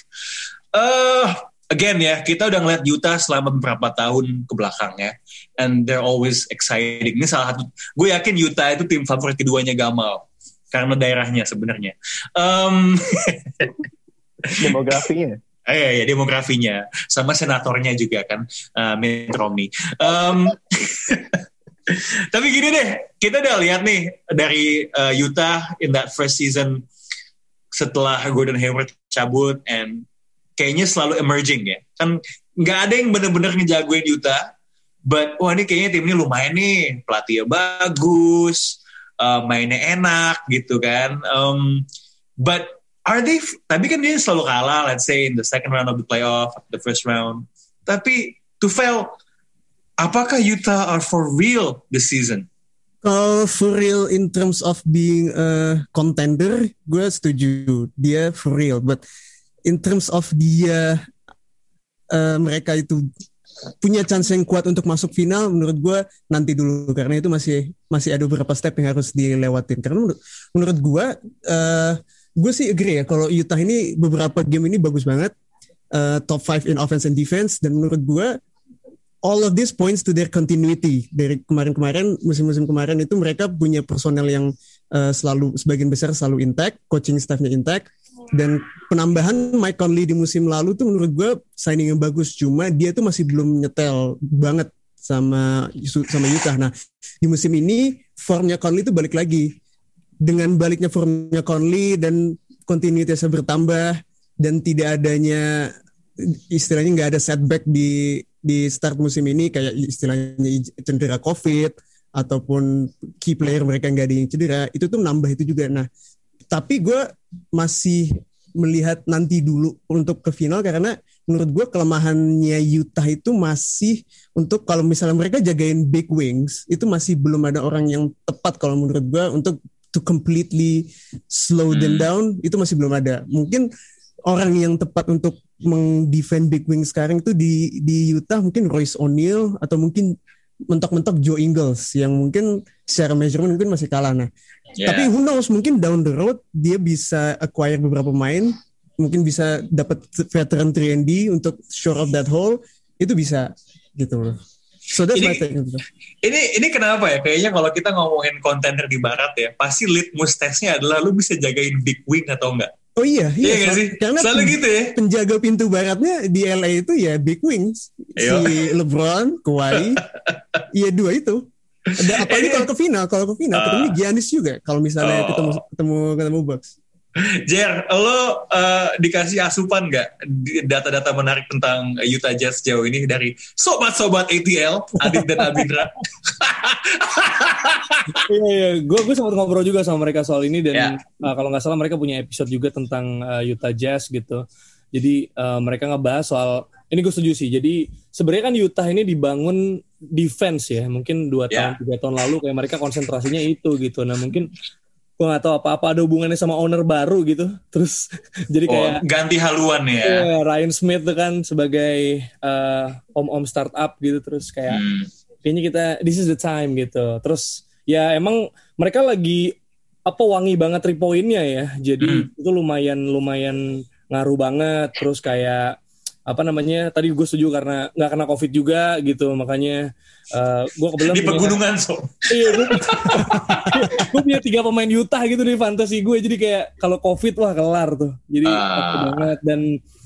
Again ya, kita udah ngeliat Utah selama beberapa tahun ke belakang ya, and they're always exciting. Ini salah satu, gue yakin Utah itu tim favorit keduanya Gamal karena daerahnya sebenarnya. Demografinya. Ya demografinya sama senatornya juga kan, Mitt Romney. Tapi gini deh, kita udah lihat nih dari Utah in that first season setelah Gordon Hayward cabut, and kayaknya selalu emerging ya. Kan nggak ada yang benar-benar ngejagoin Utah, but wah ini kayaknya tim ini lumayan nih, pelatihnya bagus, mainnya enak gitu kan. But are they? Tapi kan dia selalu kalah, let's say in the second round of the playoff, the first round. Tapi to fail, apakah Utah are for real this season? For real in terms of being a contender, gue setuju dia for real. But in terms of dia mereka itu punya chance yang kuat untuk masuk final, menurut gue nanti dulu, karena itu masih ada beberapa step yang harus dilewatin. Karena menurut gue sih agree ya, kalau Utah ini beberapa game ini bagus banget, top 5 in offense and defense, dan menurut gue all of this points to their continuity. Dari kemarin-kemarin, musim-musim kemarin itu mereka punya personel yang selalu sebagian besar selalu intact, coaching staffnya intact. Dan penambahan Mike Conley di musim lalu tuh menurut gue signing yang bagus, cuma dia tuh masih belum nyetel banget sama Utah. Nah di musim ini formnya Conley tuh balik lagi. Dengan baliknya formnya Conley dan kontinuitasnya bertambah dan tidak adanya istilahnya nggak ada setback di start musim ini kayak istilahnya cedera COVID ataupun key player mereka nggak ada yang cedera, itu tuh nambah itu juga. Nah tapi gue masih melihat nanti dulu untuk ke final, karena menurut gue kelemahannya Utah itu masih untuk kalau misalnya mereka jagain big wings, itu masih belum ada orang yang tepat kalau menurut gue untuk to completely slow them down, itu masih belum ada. Mungkin orang yang tepat untuk meng-defend big wings sekarang itu di Utah mungkin Royce O'Neal atau mungkin mentok-mentok Joe Ingles yang mungkin secara measurement mungkin masih kalah. Nah, tapi who knows, mungkin down the road dia bisa acquire beberapa pemain, mungkin bisa dapat veteran 3&D untuk shore up that hole, itu bisa gitu loh. So that's my take. Ini kenapa ya? Kayaknya kalau kita ngomongin kontender di barat ya, pasti litmus testnya adalah lu bisa jagain big wing atau enggak. Oh iya Iya sih? Karena selalu gitu ya. Penjaga pintu baratnya di LA itu ya big wings. Yo. Si LeBron, Kawhi, iya dua itu. Apalagi kalau ke final ketemu Giannis juga. Kalau misalnya ketemu Bucks. Jer, lo dikasih asupan nggak data-data menarik tentang Utah Jazz sejauh ini dari sobat-sobat ATL, Adit dan Abindra? Iya, gue sempat ngobrol juga sama mereka soal ini dan kalau nggak salah mereka punya episode juga tentang Utah Jazz gitu. Jadi mereka ngebahas soal ini, gue setuju sih. Jadi sebenarnya kan Utah ini dibangun defense ya, mungkin 2 tahun 3 tahun lalu kayak mereka konsentrasinya itu gitu. Nah mungkin gue gak tahu apa-apa ada hubungannya sama owner baru gitu. Terus jadi kayak ganti haluan ya. Iya, Ryan Smith tuh kan sebagai om-om startup gitu. Terus kayak kayaknya kita this is the time gitu. Terus ya emang mereka lagi wangi banget 3 poinnya ya. Jadi itu lumayan ngaruh banget. Terus kayak tadi gue setuju karena nggak kena COVID juga gitu, makanya gue kebetulan di pegunungan iya, gue punya 3 pemain Utah gitu di fantasi gue, jadi kayak kalau COVID wah kelar tuh, jadi banget. Dan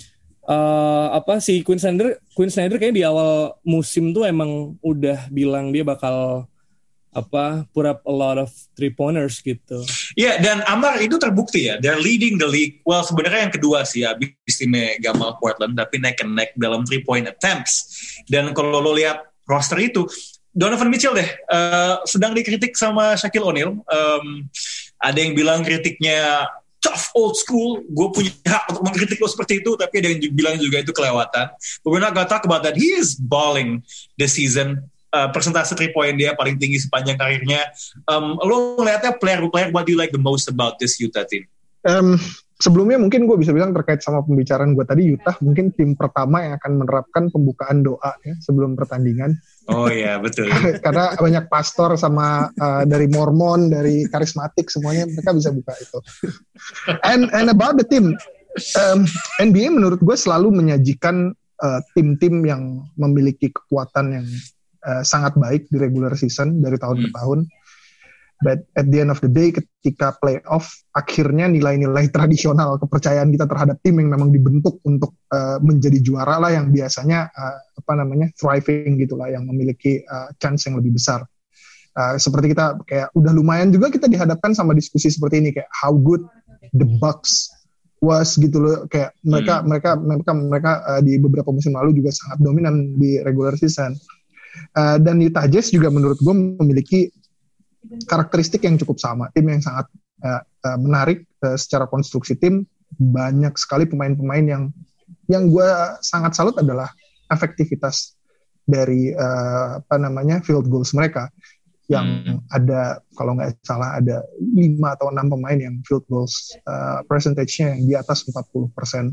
si Quinn Snyder kayaknya di awal musim tuh emang udah bilang dia bakal put up a lot of 3-pointers gitu. Iya, dan Amar itu terbukti ya, they're leading the league. Well, sebenarnya yang kedua sih, abis timnya Gamal Portland, tapi neck and neck dalam 3-point attempts. Dan kalau lo lihat roster itu, Donovan Mitchell deh, sedang dikritik sama Shaquille O'Neal. Ada yang bilang kritiknya tough old school, gue punya hak untuk mengkritik lo seperti itu, tapi ada yang bilang juga itu kelewatan. But we're not gonna talk about that. He is balling this season. Persentase 3-point dia paling tinggi sepanjang karirnya. Lo ngeliatnya player what do you like the most about this Utah team? Sebelumnya mungkin gue bisa bilang terkait sama pembicaraan gue tadi, Utah mungkin tim pertama yang akan menerapkan pembukaan doa ya sebelum pertandingan. Oh iya, betul. Karena banyak pastor sama dari Mormon, dari karismatik, semuanya mereka bisa buka itu. And about the team, NBA menurut gue selalu menyajikan tim-tim yang memiliki kekuatan yang sangat baik di regular season dari tahun ke tahun. But at the end of the day, ketika playoff, akhirnya nilai-nilai tradisional kepercayaan kita terhadap tim yang memang dibentuk untuk menjadi juara lah, yang biasanya thriving gitulah, yang memiliki chance yang lebih besar. Seperti kita kayak udah lumayan juga kita dihadapkan sama diskusi seperti ini, kayak how good the Bucks was gitu loh, kayak mereka di beberapa musim lalu juga sangat dominan di regular season. Dan Utah Jazz juga menurut gue memiliki karakteristik yang cukup sama, tim yang sangat menarik secara konstruksi tim. Banyak sekali pemain-pemain yang gue sangat salut adalah efektivitas dari field goals mereka, yang ada, kalau nggak salah ada 5 atau 6 pemain yang field goals percentage-nya yang di atas 40%.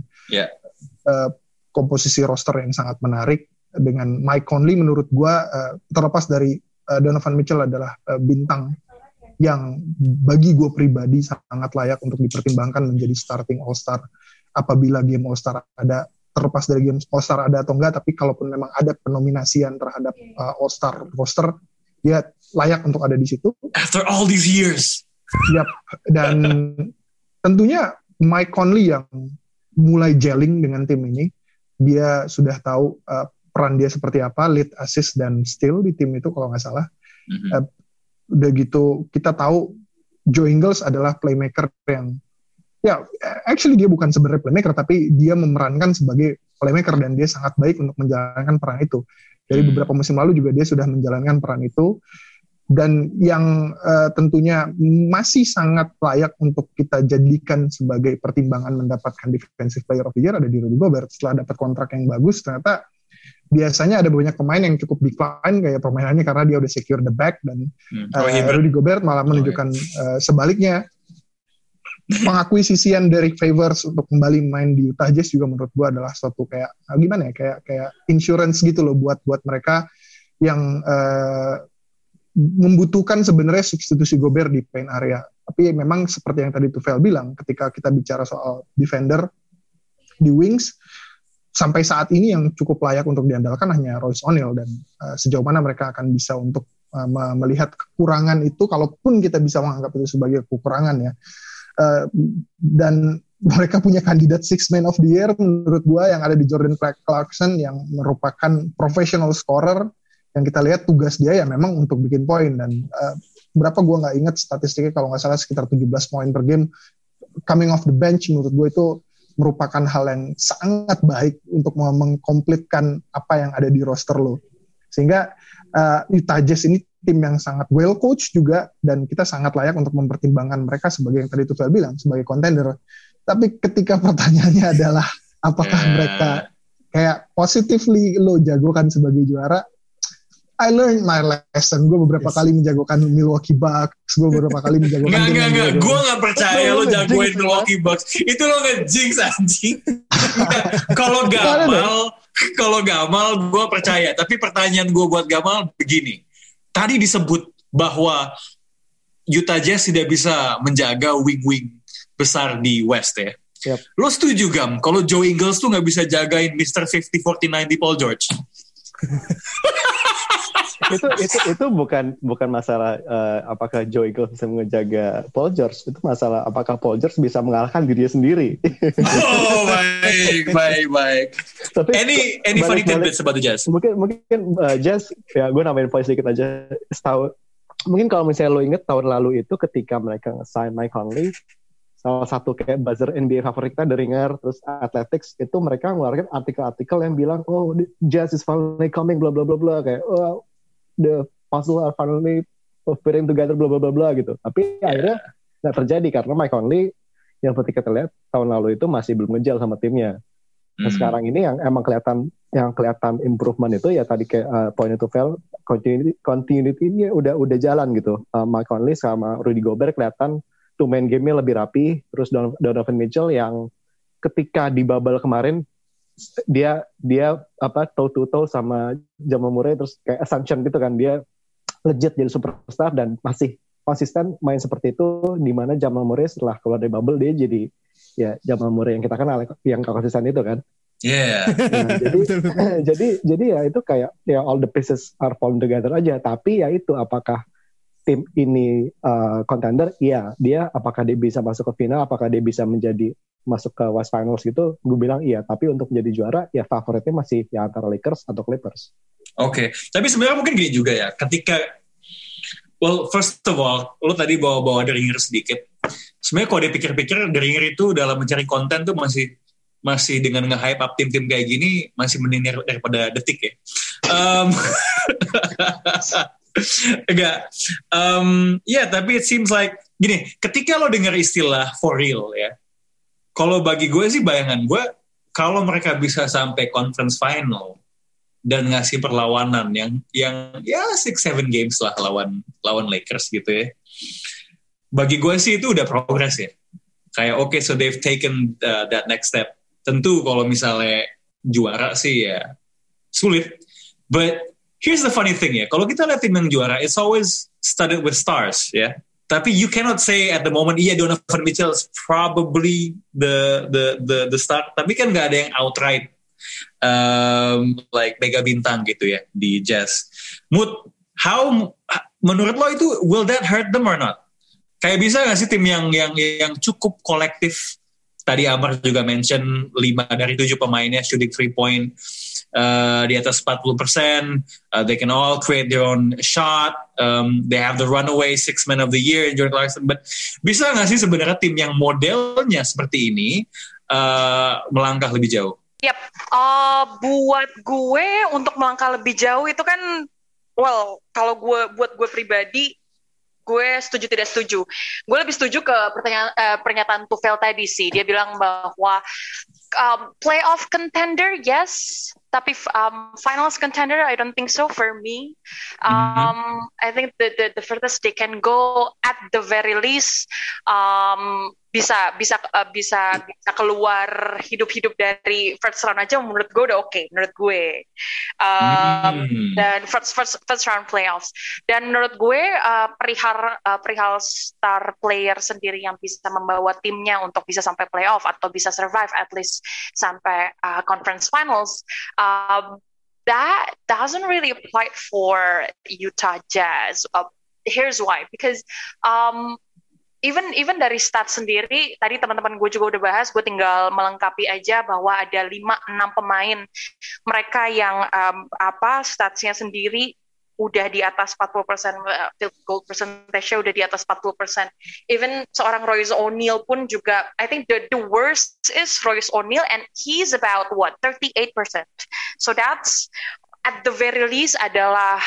Komposisi roster yang sangat menarik. Dengan Mike Conley menurut gue, terlepas dari Donovan Mitchell adalah bintang yang bagi gue pribadi sangat layak untuk dipertimbangkan menjadi starting All-Star apabila game All-Star ada, terlepas dari game All-Star ada atau enggak, tapi kalaupun memang ada penominasian terhadap All-Star roster, dia layak untuk ada di situ. After all these years. Yap. Dan tentunya Mike Conley yang mulai gelling dengan tim ini, dia sudah tahu peran dia seperti apa, lead, assist, dan steal di tim itu kalau nggak salah. Udah gitu kita tahu Joe Ingles adalah playmaker yang actually dia bukan sebenarnya playmaker, tapi dia memerankan sebagai playmaker dan dia sangat baik untuk menjalankan peran itu. Dari beberapa musim lalu juga dia sudah menjalankan peran itu. Dan yang tentunya masih sangat layak untuk kita jadikan sebagai pertimbangan mendapatkan Defensive Player of the Year ada di Rudy Gobert. Setelah dapat kontrak yang bagus, ternyata biasanya ada banyak pemain yang cukup decline kayak permainannya karena dia udah secure the back, dan Rudy Gobert malah menunjukkan sebaliknya. Pengakuisisian Derek Favors untuk kembali main di Utah Jazz juga menurut gue adalah suatu kayak gimana ya, kayak insurance gitu loh buat mereka yang membutuhkan sebenarnya substitusi Gobert di paint area. Tapi memang seperti yang tadi Tufel bilang, ketika kita bicara soal defender di wings, sampai saat ini yang cukup layak untuk diandalkan hanya Royce O'Neal, dan sejauh mana mereka akan bisa untuk melihat kekurangan itu, kalaupun kita bisa menganggap itu sebagai kekurangan ya. Dan mereka punya kandidat Six Man of the Year menurut gua yang ada di Jordan Clarkson, yang merupakan professional scorer, yang kita lihat tugas dia ya memang untuk bikin poin, dan berapa gua nggak ingat statistiknya, kalau nggak salah sekitar 17 poin per game coming off the bench. Menurut gua itu merupakan hal yang sangat baik untuk mengkomplitkan apa yang ada di roster lo, sehingga Utah Jazz ini tim yang sangat well coached juga, dan kita sangat layak untuk mempertimbangkan mereka sebagai yang tadi Tufel bilang, sebagai contender. Tapi ketika pertanyaannya adalah apakah mereka kayak positively lo jagokan sebagai juara, I learned my lesson. Gue beberapa kali menjagokan Milwaukee Bucks, gue beberapa kali menjagokan Nggak, gue gak percaya lo jagoin Milwaukee Bucks. Itu lo nge-jinx anjing. Kalau Gamal gue percaya. Tapi pertanyaan gue buat Gamal begini. Tadi disebut bahwa Utah Jazz tidak bisa menjaga wing-wing besar di West ya. Yep. Lo setuju Gam kalau Joe Ingles tuh gak bisa jagain Mr. 50-40-90 Paul George? itu bukan masalah apakah Joe Ingles bisa menjaga Paul George, itu masalah apakah Paul George bisa mengalahkan dirinya sendiri. Oh, baik. Tapi any funny tidbits about the Jazz? Mungkin Jazz ya, gue nambahin poin sedikit aja. Mungkin kalau misalnya lo inget tahun lalu itu ketika mereka nge-sign Mike Conley, salah satu kayak buzzer NBA favorit kita, The Ringer, terus Athletics, itu mereka ngeluarin artikel-artikel yang bilang, oh, Jazz is finally coming, bla bla bla bla, kayak oh, the puzzle are finally fitting together, bla bla bla bla gitu. Tapi akhirnya nggak terjadi karena Mike Conley yang seperti kita lihat tahun lalu itu masih belum ngejal sama timnya. Nah, sekarang ini yang emang kelihatan improvement itu ya tadi kayak point itu Vel, continuity-nya udah jalan gitu. Mike Conley sama Rudy Gobert kelihatan two man game-nya lebih rapi. Terus Donovan Mitchell yang ketika di bubble kemarin dia toe to toe sama Jamal Murray, terus kayak assumption gitu kan, dia legit jadi superstar dan masih konsisten main seperti itu, di mana Jamal Murray setelah keluar dari bubble dia jadi ya Jamal Murray yang kita kenal yang konsisten itu kan. Yeah. Nah, jadi ya itu kayak ya all the pieces are falling together aja. Tapi ya itu apakah tim ini contender? Iya, dia apakah dia bisa masuk ke final? Apakah dia bisa masuk ke West Finals gitu? Gue bilang iya. Tapi untuk menjadi juara ya favoritnya masih ya antara Lakers atau Clippers. Oke. Tapi sebenarnya mungkin gini juga ya. Ketika first of all, lo tadi bawa The Ringer sedikit. Sebenarnya kalau dipikir-pikir, The Ringer itu dalam mencari konten tuh masih dengan nge-hype up tim-tim kayak gini masih mending daripada Detik ya. Enggak. Ya, tapi it seems like gini, ketika lo dengar istilah for real ya, kalau bagi gue sih bayangan gue, kalau mereka bisa sampai conference final dan ngasih perlawanan yang ya 6-7 games lah lawan Lakers gitu ya, bagi gue sih itu udah progress ya. Kayak okay, so they've taken that next step. Tentu kalau misalnya juara sih ya sulit. But here's the funny thing ya, kalau kita lihat tim yang juara, it's always studded with stars ya. Tapi you cannot say at the moment, iya Donovan Mitchell is probably the star. Tapi kan nggak ada yang outright like mega bintang gitu ya di Jazz. Menurut lo itu will that hurt them or not? Kayak bisa nggak sih tim yang cukup kolektif? Tadi Amar juga mention 5 dari 7 pemainnya shooting 3 point di atas 40%. They can all create their own shot. They have the runaway 6 man of the year in Jordan Clarkson. But bisa nggak sih sebenarnya tim yang modelnya seperti ini melangkah lebih jauh? Yap, buat gue untuk melangkah lebih jauh itu kan, well, kalau buat gue pribadi, gue setuju tidak setuju. Gue lebih setuju ke pernyataan Tufel tadi sih. Dia bilang bahwa playoff contender, yes, tapi finals contender, I don't think so for me. I think the furthest they can go at the very least bisa keluar hidup-hidup dari first round aja menurut gue udah oke, menurut gue. Dan first round playoffs. Dan menurut gue perihal star player sendiri yang bisa membawa timnya untuk bisa sampai playoff atau bisa survive at least sampai conference finals. That doesn't really apply for Utah Jazz. Here's why, because even dari stats sendiri, tadi teman-teman gue juga udah bahas, gue tinggal melengkapi aja bahwa ada 5-6 pemain mereka yang statsnya sendiri udah di atas 40%, field goal percentage-nya udah di atas 40%. Even seorang Royce O'Neal pun juga, I think the worst is Royce O'Neal and he's about 38%. So that's at the very least adalah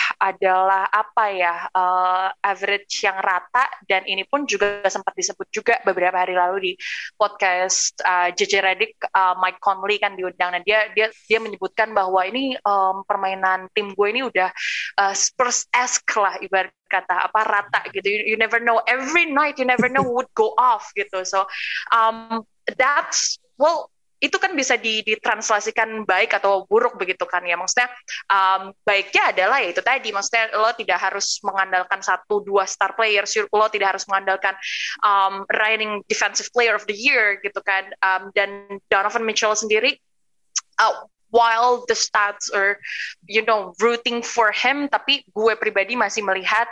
average yang rata, dan ini pun juga sempat disebut juga beberapa hari lalu di podcast JJ Redick, Mike Conley kan diundang, dan dia menyebutkan bahwa ini permainan tim gue ini udah Spurs-esque lah, ibarat kata rata gitu. You never know, every night you never know who would go off gitu. So that's itu kan bisa ditranslasikan baik atau buruk begitu kan ya. Maksudnya baiknya adalah ya itu tadi, maksudnya lo tidak harus mengandalkan 1-2 star players, lo tidak harus mengandalkan reigning defensive player of the year gitu kan. Dan Donovan Mitchell sendiri, while the stats are rooting for him, tapi gue pribadi masih melihat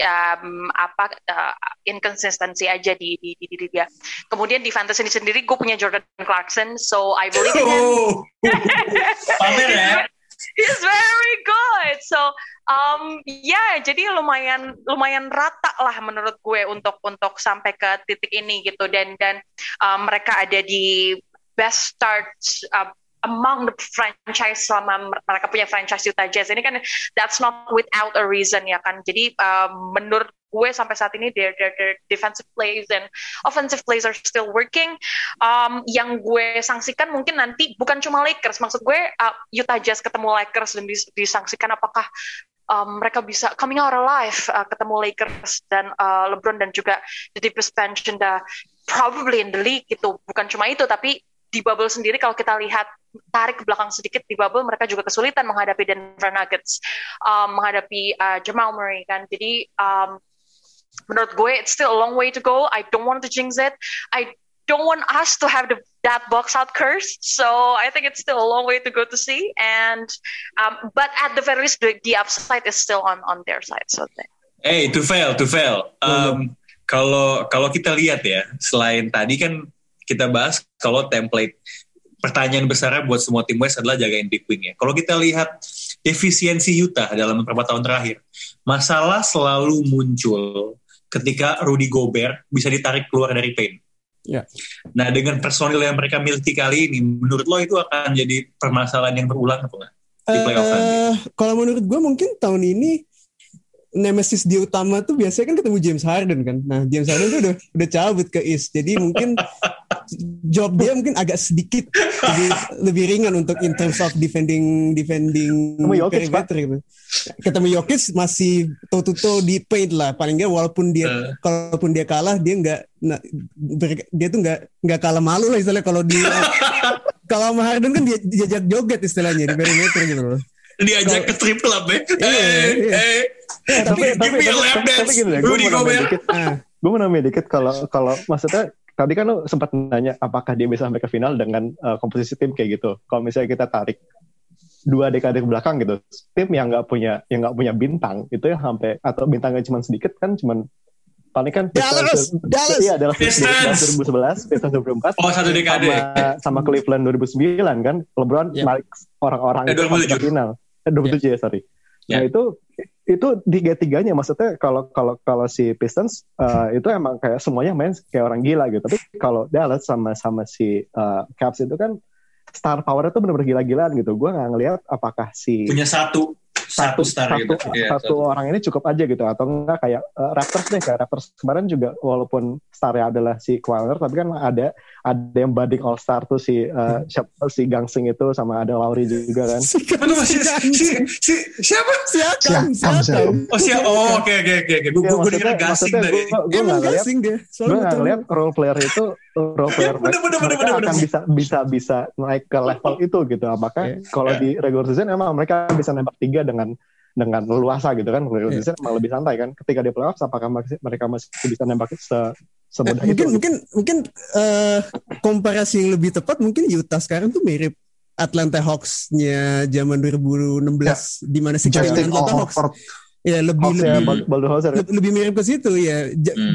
inkonsistensi aja di diri dia. Kemudian di fantasy sendiri gue punya Jordan Clarkson, so I believe in him. Pamer ya. He's very good. So jadi lumayan rata lah menurut gue untuk sampai ke titik ini gitu, dan mereka ada di best start among the franchise selama mereka punya franchise Utah Jazz. Ini kan that's not without a reason ya kan. Jadi menurut gue sampai saat ini their defensive plays and offensive plays are still working. Yang gue sanksikan mungkin nanti bukan cuma Lakers, maksud gue Utah Jazz ketemu Lakers dan disangsikan apakah mereka bisa coming out alive ketemu Lakers dan LeBron dan juga the deepest bench in the probably in the league gitu. Bukan cuma itu, tapi di bubble sendiri kalau kita lihat tarik ke belakang sedikit, di bubble mereka juga kesulitan menghadapi Denver Nuggets, menghadapi Jamal Murray kan. Jadi menurut gue it's still a long way to go. I don't want to jinx it. I don't want us to have that box out curse. So I think it's still a long way to go to see. And but at the very least the upside is still on their side. So to fail. Kalau kita lihat ya, selain tadi kan kita bahas kalau template pertanyaan besarnya buat semua tim West adalah jagain big wing ya. Kalau kita lihat efisiensi Utah dalam beberapa tahun terakhir, masalah selalu muncul ketika Rudy Gobert bisa ditarik keluar dari paint. Ya. Nah, dengan personil yang mereka miliki kali ini, menurut lo itu akan jadi permasalahan yang berulang apa nggak di playoff nanti? Kalau menurut gue mungkin tahun ini nemesis dia utama tuh biasanya kan ketemu James Harden kan. Nah, James Harden tuh udah cabut ke East. Jadi mungkin job dia mungkin agak sedikit lebih ringan untuk in terms of defending perimeter gitu. Ketemu Jokic masih toe-to-toe di paint lah. Paling nggak walaupun dia kalah, dia tuh nggak kalah malu lah istilahnya. Kalau kalau sama Harden kan dia diajak joget istilahnya di perimeter gitu loh. Diajak ke strip club ya. Tapi gini deh, gue mau nambah dikit kalau maksudnya tadi kan lo sempat nanya apakah dia bisa sampai ke final dengan komposisi tim kayak gitu. Kalau misalnya kita tarik 2 dekade ke belakang gitu, tim yang nggak punya bintang itu yang sampai atau bintangnya cuma sedikit kan cuma paling kan Dallas. Iya, adalah Pistons 2011, Pistons 2004. Oh, satu dekade. Sama Cleveland 2009 kan, LeBron narik orang-orang ke final. 2007 ya, sorry. Yeah. Nah, itu tiga-tiganya maksudnya kalau si Pistons itu emang kayak semuanya main kayak orang gila gitu. Tapi kalau Dallas sama si Cavs itu kan star power itu benar-benar gila-gilaan gitu. Gue nggak ngelihat apakah si punya satu satu star gitu. Satu orang ini cukup aja gitu, atau enggak kayak Raptors deh, kayak Raptors kemarin juga walaupun starnya adalah si Kawhi Leonard, tapi kan ada yang budding all star tuh si Gangsing itu, sama ada Lowry juga kan. Siapa? Siakam. Oke. Gue dengar Gangsing tadi. Emang Gangsing dia. Gue nggak ngeliat role player mereka akan bisa naik ke level itu gitu. Maka kalau di regular season emang mereka bisa nembak 3 dengan leluasa gitu kan. Regular season emang lebih santai kan. Ketika di playoffs apakah mereka masih bisa nembak semudah itu? Mungkin komparasi yang lebih tepat mungkin Utah sekarang tuh mirip Atlanta Hawks-nya zaman 2016 di mana si Atlanta Hawks ya lebih mirip ke situ ya.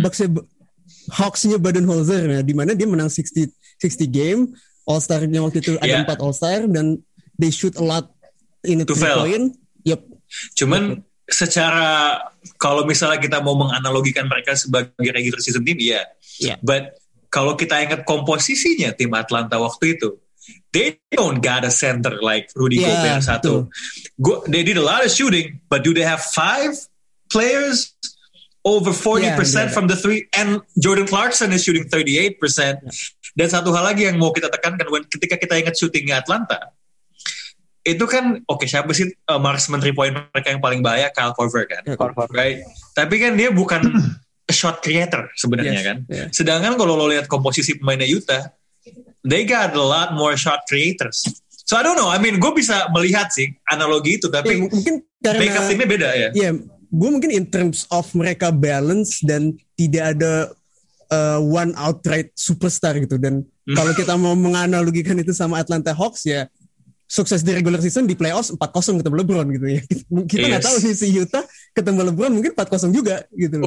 Hawks-nya Budenholzer, nah, di mana dia menang 60 game, All-Star-nya waktu itu ada 4 All-Star dan they shoot a lot in the 3-point. Yep. Cuman secara kalau misalnya kita mau menganalogikan mereka sebagai regular season team, but kalau kita ingat komposisinya tim Atlanta waktu itu, they don't got a center like Rudy Gobert satu. They did a lot of shooting, but do they have 5 players over 40% from the 3? And Jordan Clarkson is shooting 38%. Dan satu hal lagi yang mau kita tekankan, ketika kita ingat shootingnya Atlanta, itu kan siapa sih marksman 3-point mereka yang paling bahaya? Kyle Korver kan, right? Tapi kan dia bukan shot creator sebenarnya kan. Sedangkan kalau lo lihat komposisi pemainnya Utah, they got a lot more shot creators. So I don't know. I mean, gue bisa melihat sih analogi itu, tapi mungkin karena backup timnya beda ya. Gue mungkin in terms of mereka balance dan tidak ada one outright superstar gitu. Dan kalau kita mau menganalogikan itu sama Atlanta Hawks ya, sukses di regular season, di playoffs 4-0 ketemu LeBron gitu ya. Kita nggak tahu sih si Utah ketemu LeBron mungkin 4-0 juga gitu.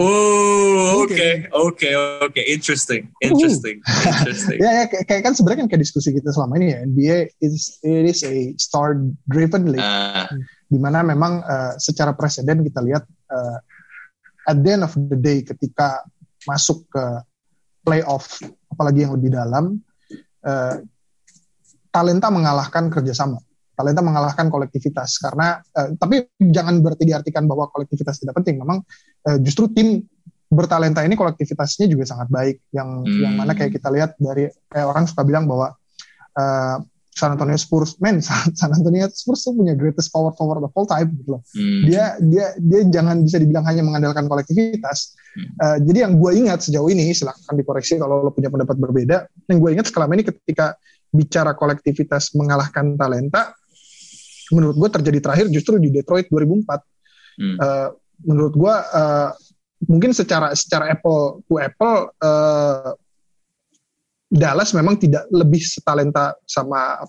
Oke. Interesting. Ya, kayak kan sebenarnya kayak diskusi kita selama ini ya, NBA it is a star driven league. Di mana memang secara presiden kita lihat at the end of the day ketika masuk ke playoff, apalagi yang lebih dalam, talenta mengalahkan kerjasama, talenta mengalahkan kolektivitas. Karena tapi jangan berarti diartikan bahwa kolektivitas tidak penting. Memang justru tim bertalenta ini kolektivitasnya juga sangat baik. Yang mana kayak kita lihat dari kayak orang suka bilang bahwa San Antonio Spurs tuh punya greatest power forward of all time gitu loh. Dia jangan bisa dibilang hanya mengandalkan kolektivitas. Jadi yang gue ingat sejauh ini, silakan dikoreksi kalau lo punya pendapat berbeda. Yang gue ingat selama ini ketika bicara kolektivitas mengalahkan talenta, menurut gue terjadi terakhir justru di Detroit 2004. Menurut gue mungkin secara apple to apple, Dallas memang tidak lebih setalenta sama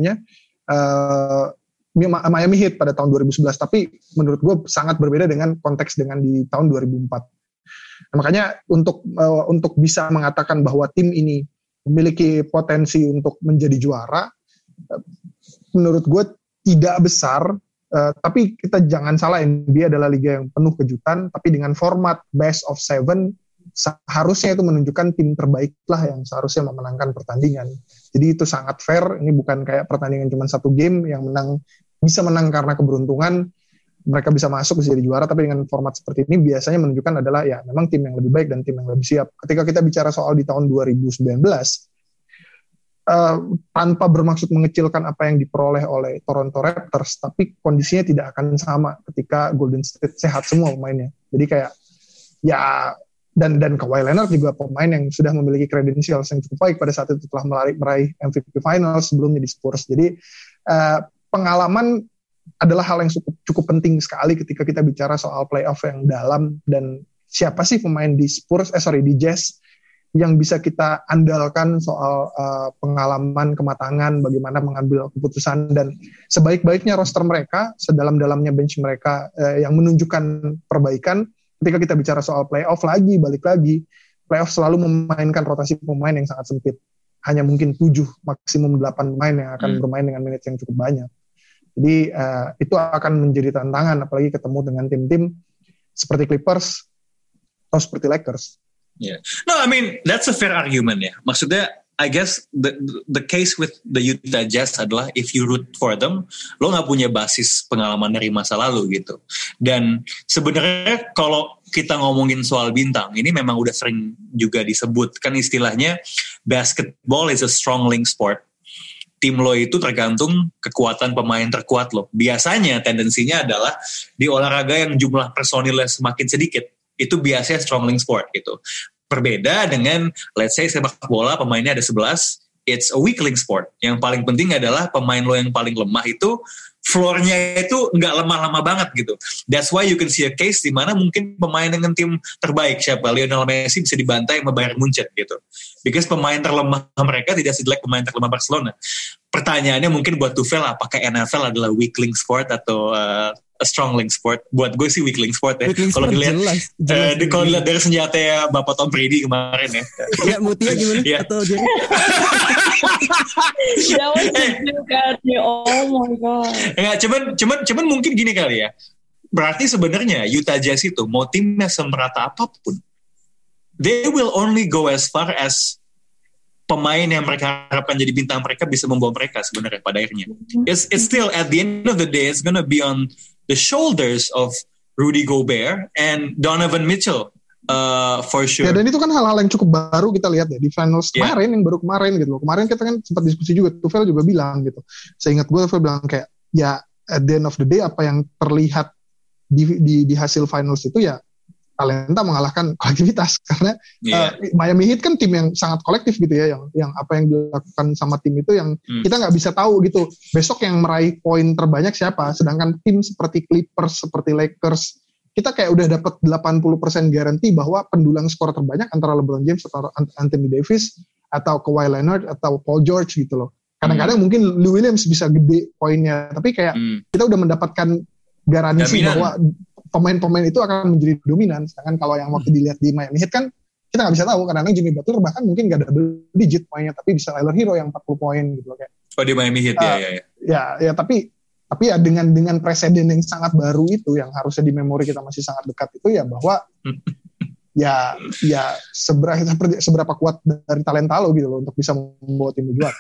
Miami Heat pada tahun 2011, tapi menurut gue sangat berbeda dengan konteks dengan di tahun 2004. Nah, makanya untuk bisa mengatakan bahwa tim ini memiliki potensi untuk menjadi juara, menurut gue tidak besar. Tapi kita jangan salah, NBA adalah liga yang penuh kejutan, tapi dengan format best of 7 seharusnya itu menunjukkan tim terbaik lah yang seharusnya memenangkan pertandingan. Jadi itu sangat fair. Ini bukan kayak pertandingan cuma satu game yang bisa menang karena keberuntungan, mereka bisa masuk bisa jadi juara. Tapi dengan format seperti ini biasanya menunjukkan adalah ya memang tim yang lebih baik dan tim yang lebih siap. Ketika kita bicara soal di tahun 2019, tanpa bermaksud mengecilkan apa yang diperoleh oleh Toronto Raptors, tapi kondisinya tidak akan sama ketika Golden State sehat semua pemainnya. Jadi kayak ya, dan Kawhi Leonard juga pemain yang sudah memiliki credentials yang cukup baik pada saat itu, telah meraih MVP Finals sebelumnya di Spurs. Jadi pengalaman adalah hal yang cukup penting sekali ketika kita bicara soal playoff yang dalam, dan siapa sih pemain di di Jazz yang bisa kita andalkan soal pengalaman, kematangan, bagaimana mengambil keputusan, dan sebaik-baiknya roster mereka, sedalam-dalamnya bench mereka yang menunjukkan perbaikan. Ketika kita bicara soal playoff balik lagi, playoff selalu memainkan rotasi pemain yang sangat sempit. Hanya mungkin 7, maksimum 8 pemain yang akan bermain dengan menit yang cukup banyak. Jadi itu akan menjadi tantangan, apalagi ketemu dengan tim-tim seperti Clippers atau seperti Lakers. Yeah. No, I mean that's a fair argument ya. Maksudnya I guess the case with the Utah Jazz adalah if you root for them, lo nggak punya basis pengalaman dari masa lalu gitu. Dan sebenarnya kalau kita ngomongin soal bintang, ini memang udah sering juga disebut kan istilahnya basketball is a strong link sport. Tim lo itu tergantung kekuatan pemain terkuat lo. Biasanya tendensinya adalah di olahraga yang jumlah personilnya semakin sedikit, itu biasanya strong link sport gitu. Berbeda dengan let's say sepak bola pemainnya ada 11, it's a weak link sport. Yang paling penting adalah pemain lo yang paling lemah itu floor-nya itu nggak lemah-lemah banget gitu. That's why you can see a case di mana mungkin pemain dengan tim terbaik siapa Lionel Messi bisa dibantai sama Bayern Munchen gitu. Because pemain terlemah mereka tidak sejelek pemain terlemah Barcelona. Pertanyaannya mungkin buat Tuchel, apakah NFL adalah weak link sport atau a strong link sport? Buat gue sih weak link sport ya. Kalau dilihat kalau dilihat dari senjata ya Bapak Tom Brady kemarin ya. Ya Mutia gimana? Atau Jerry? Oh my god. Enggak, cuman mungkin gini kali ya. Berarti sebenarnya Utah Jazz itu mau timnya semerata apapun, they will only go as far as pemain yang mereka harapkan jadi bintang mereka bisa membawa mereka sebenarnya pada akhirnya. It's still at the end of the day it's gonna be on the shoulders of Rudy Gobert and Donovan Mitchell for sure. Ya dan itu kan hal-hal yang cukup baru kita lihat ya di finals kemarin yang baru kemarin gitu loh. Kemarin kita kan sempat diskusi juga, Tuchel juga bilang gitu. Seingat gue Tuchel bilang kayak ya at the end of the day apa yang terlihat di hasil finals itu ya talenta mengalahkan kolektivitas karena Miami Heat kan tim yang sangat kolektif gitu ya, yang apa yang dilakukan sama tim itu yang kita nggak bisa tahu gitu besok yang meraih poin terbanyak siapa, sedangkan tim seperti Clippers, seperti Lakers kita kayak udah dapat 80% garansi bahwa pendulang skor terbanyak antara LeBron James atau Anthony Davis atau Kawhi Leonard atau Paul George gitu loh. Kadang-kadang mungkin Lou Williams bisa gede poinnya, tapi kayak kita udah mendapatkan garansi bahwa pemain-pemain itu akan menjadi dominan. Sedangkan kalau yang waktu dilihat di Miami Heat kan kita nggak bisa tahu, kadang-kadang Jimmy Butler bahkan mungkin nggak double digit poinnya, tapi bisa Tyler Hero yang 40 poin gitu loh kayak. Oh di Miami Heat ya tapi ya dengan presiden yang sangat baru itu yang harusnya di memori kita masih sangat dekat itu ya bahwa ya seberapa kuat dari talenta lo gitu loh untuk bisa membawa tim juara.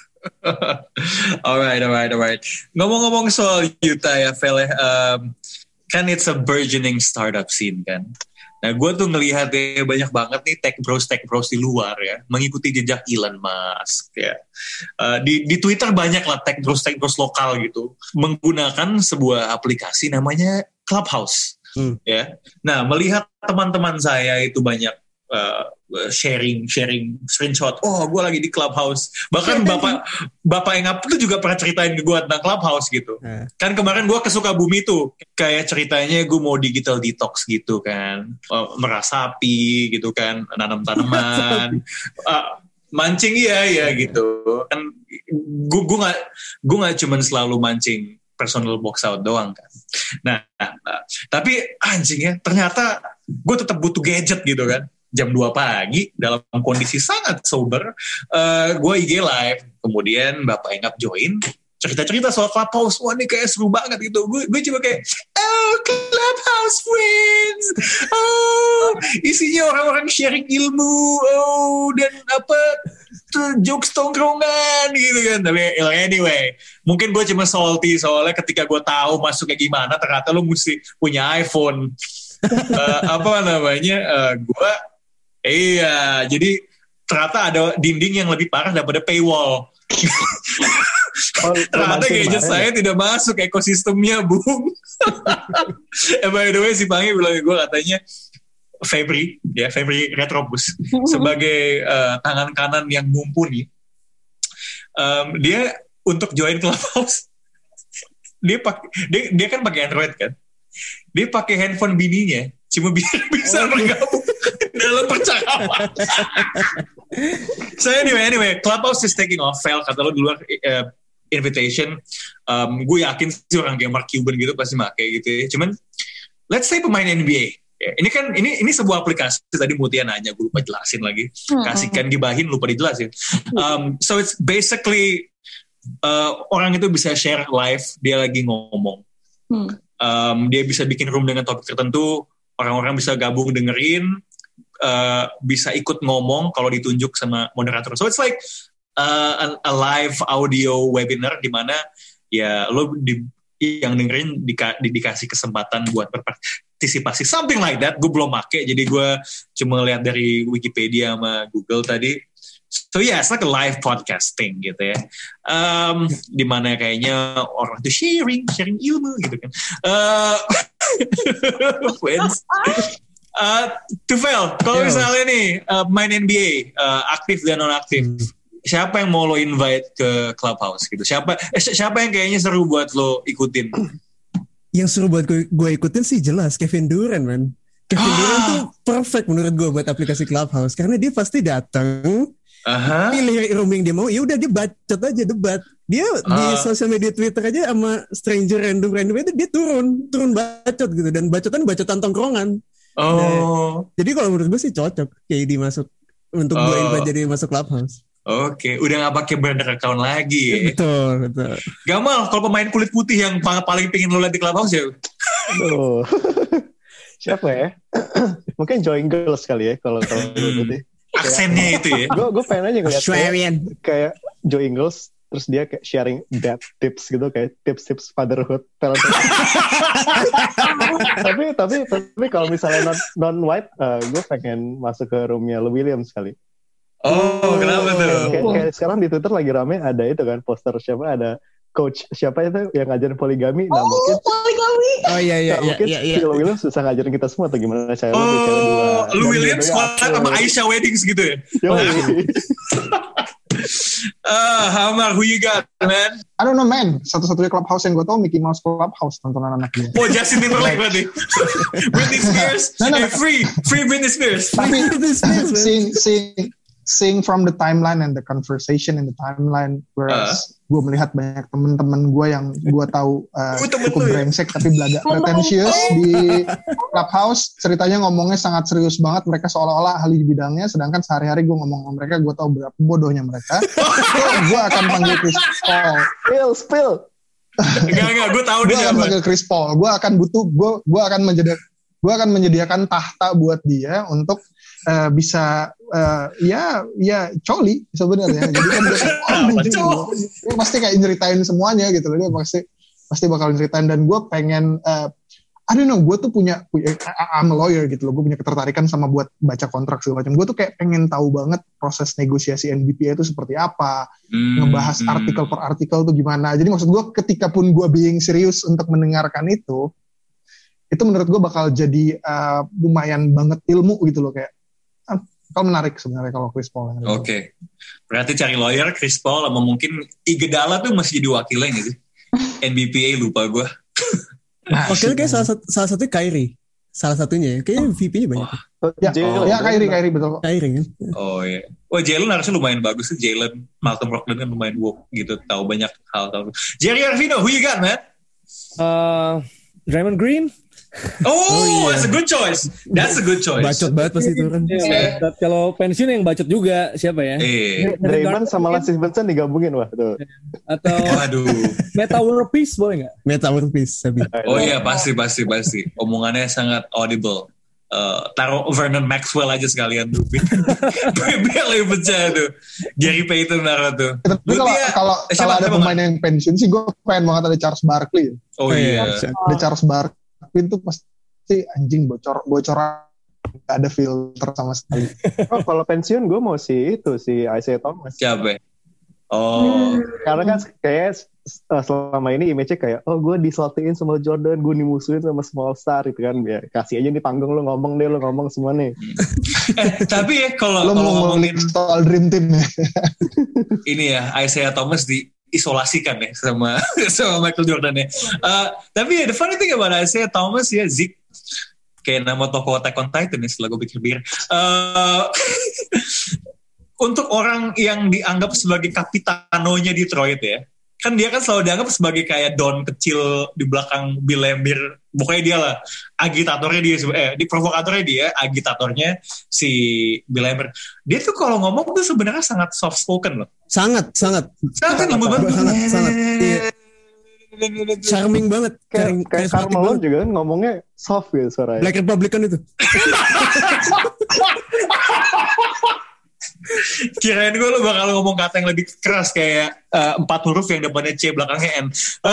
Alright. Ngomong-ngomong soal Utah ya, Fel, kan it's a burgeoning startup scene kan. Nah gue tuh ngelihatnya banyak banget nih tech bros di luar ya, mengikuti jejak Elon Musk ya. Di Twitter banyak lah tech bros lokal gitu, menggunakan sebuah aplikasi namanya Clubhouse. Ya. Nah melihat teman-teman saya itu banyak sharing screenshot. Oh, gue lagi di Clubhouse. Bahkan bapak yang itu juga pernah ceritain ke gue tentang Clubhouse gitu. Kan kemarin gue ke Sukabumi tuh, kayak ceritanya gue mau digital detox gitu kan, merasapi gitu kan, nanam tanaman, mancing ya gitu. Kan gue nggak cuman selalu mancing personal box out doang kan. Nah, tapi anjingnya ternyata gue tetap butuh gadget gitu kan. Jam 2 pagi dalam kondisi sangat sober, gue IG live, kemudian Bapak Engap join, cerita-cerita soal Clubhouse. Wah ini kayak seru banget gitu. Gue coba kayak, oh Clubhouse friends, oh isinya orang-orang sharing ilmu, oh dan apa jokes tongkrongan gitu kan. Tapi anyway, mungkin gue cuma salty soalnya ketika gue tahu masuknya gimana, ternyata lo mesti punya iPhone. Iya, jadi ternyata ada dinding yang lebih parah daripada paywall. Ternyata gadget saya tidak masuk ekosistemnya, Bung. By the way, si Pangi bilang gue katanya Febri Retrobus sebagai tangan kanan yang mumpuni. Dia untuk join Clubhouse, dia kan pakai Android kan. Dia pakai handphone bininya, cuma biar bisa bergabung dalam percakapan. So anyway, Clubhouse is taking off. Fel, kata lo di luar invitation, gue yakin sih orang kayak Mark Cuban gitu pasti pakai gitu ya. Cuman let's say pemain NBA. Ya, ini kan ini sebuah aplikasi, tadi Mutia nanya, gue lupa jelasin lagi. Kasihkan gibahin, lupa dijelasin. So it's basically orang itu bisa share live, dia lagi ngomong. Dia bisa bikin room dengan topik tertentu, orang-orang bisa gabung dengerin, bisa ikut ngomong kalau ditunjuk sama moderator. So it's like a live audio webinar di mana ya lo yang dengerin dikasih kesempatan buat berpartisipasi, something like that. Gue belum pakai, jadi gue cuma lihat dari Wikipedia sama Google tadi. So yeah, it's like a live podcasting gitu ya, di mana kayaknya orang tuh sharing ilmu gitu kan. Tufel, kalau misalnya nih main NBA, aktif dan non aktif, siapa yang mau lo invite ke Clubhouse gitu? Siapa yang kayaknya seru buat lo ikutin? Yang seru buat gue ikutin sih jelas Kevin Durant, man. Kevin Durant tuh perfect menurut gue buat aplikasi Clubhouse karena dia pasti datang, pilih room yang dia mau, ya udah dia bacot aja debat. Dia di sosial media Twitter aja sama stranger random itu dia turun bacot gitu, dan bacotan tongkrongan. Jadi kalau menurut gue sih cocok kayak dimasuk untuk gue invite jadi masuk Clubhouse. Oke, udah gak pakai burner account lagi ya? Betul. Gamal, kalau pemain kulit putih yang paling pengen lo lihat di Clubhouse ya? Siapa ya? Mungkin Joy Girls kali ya, kalau kulit putih. Aksennya itu ya? Gue pengen aja ngeliat kayak Joy Girls, terus dia kayak sharing dad tips gitu, kayak tips fatherhood. tapi kalau misalnya non white, gue pengen masuk ke roomnya Lou Williams kali. Kenapa tuh? Kayak sekarang di Twitter lagi rame ada itu kan, poster siapa, ada coach siapa itu yang ngajarin poligami. Nah mungkin poligami. Iya. Lou Williams bisa ngajarin kita semua atau gimana cara Lou Williams sama Aisyah Weddings gitu ya. Hamar, who you got, man? I don't know, man. Satu-satunya Clubhouse yang gue tau Mickey Mouse Clubhouse, tontonan anak dia. Justin Timberlake berarti. Britney Spears. Free Britney Spears. Tapi seeing from the timeline and the conversation in the timeline, whereas gue melihat banyak temen-temen gue yang gue tahu cukup brengsek tapi belaga pretentious di Clubhouse, ceritanya ngomongnya sangat serius banget, mereka seolah-olah ahli di bidangnya, sedangkan sehari-hari gue ngomong sama mereka, gue tahu berapa bodohnya mereka. So, gue akan panggil Chris Paul. Spill. Enggak, gue tahu dia siapa. Gue akan panggil Chris Paul. Gue akan menyediakan tahta buat dia untuk bisa coli sebenarnya. Jadi kan dia pasti kayak nyeritain semuanya gitu loh. Dia pasti bakal nyeritain, dan gue pengen I don't know, gue tuh punya I'm a lawyer gitu loh. Gue punya ketertarikan sama buat baca kontrak segala macam. Gue tuh kayak pengen tahu banget proses negosiasi NBPA itu seperti apa, ngebahas artikel per artikel tuh gimana. Jadi maksud gue ketika pun gue being serius untuk mendengarkan itu menurut gue bakal jadi lumayan banget ilmu gitu loh, kayak kalau menarik sebenarnya kalau Chris Paul. Oke. Berarti cari lawyer, Chris Paul, sama mungkin Iguodala tuh masih jadi wakilnya gitu. NBPA lupa gue. Wakilnya kayak salah satu Kyrie. Salah satunya, kayaknya VP-nya banyak. Kyrie betul. Kyrie kan. Oh iya. Jalen harusnya lumayan bagus tuh. Jalen, Malcolm Brogdon kan lumayan woke gitu, tahu banyak hal. Jerry Arvino, who you got, man? Draymond Green. That's a good choice. Bacot banget pasti itu kan. Kalau pensiun yang bacot juga siapa ya? Draymond sama Lance Stevenson digabungin tuh. Atau Meta World Peace boleh nggak? Meta World Peace. Oh iya pasti. Omongannya sangat audible. Taruh Vernon Maxwell aja sekalian tuh. Biar lebih pecah tuh. Gary Payton naruh tuh. Tapi kalau ada pemain yang pensiun sih, gue pengen banget ada Charles Barkley. Oh iya. Ada Charles Barkley itu pasti anjing bocoran, gak ada filter sama sekali. Kalau pensiun gue mau si Isaiah Thomas. Siapa? Karena kan kayak selama ini image-nya kayak gue disaltiin sama Jordan, gue dimusuhin sama small star gitu kan, ya kasih aja di panggung, lo ngomong semua nih. Tapi ya kalau ngomongin soal dream team ya. Ini ya Isaiah Thomas diisolasikan ya sama Michael Jordan ya. Tapi the funny thing about Isaiah Thomas ya, Zeke kayak nama toko Attack on Titan ya setelah gue pikir-pikir. Untuk orang yang dianggap sebagai kapitanonya Detroit ya, kan dia kan selalu dianggap sebagai kayak don kecil di belakang Bill Laimbeer. Pokoknya dia lah agitatornya dia, di provokatornya dia, agitatornya si Bill Laimbeer. Dia tuh kalau ngomong tuh sebenarnya sangat soft spoken loh. Sangat lembut banget. Sangat. Iya. Charming banget. Kayak Carmelo juga kan ngomongnya soft gitu suaranya. Black Republican itu. Kirain gue lo bakal ngomong kata yang lebih keras kayak 4 huruf yang depannya C belakangnya N.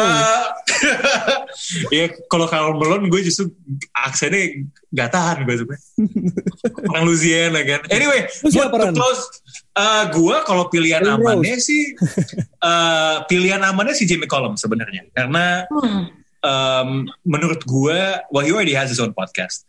Ya kalau Karl Malone gue justru aksennya gak tahan gue sebenarnya. Orang Louisiana kan. Anyway, to close, gue kalau pilihan amannya sih Jimmy Cullum sebenarnya. Karena menurut gue, well, he already has his own podcast.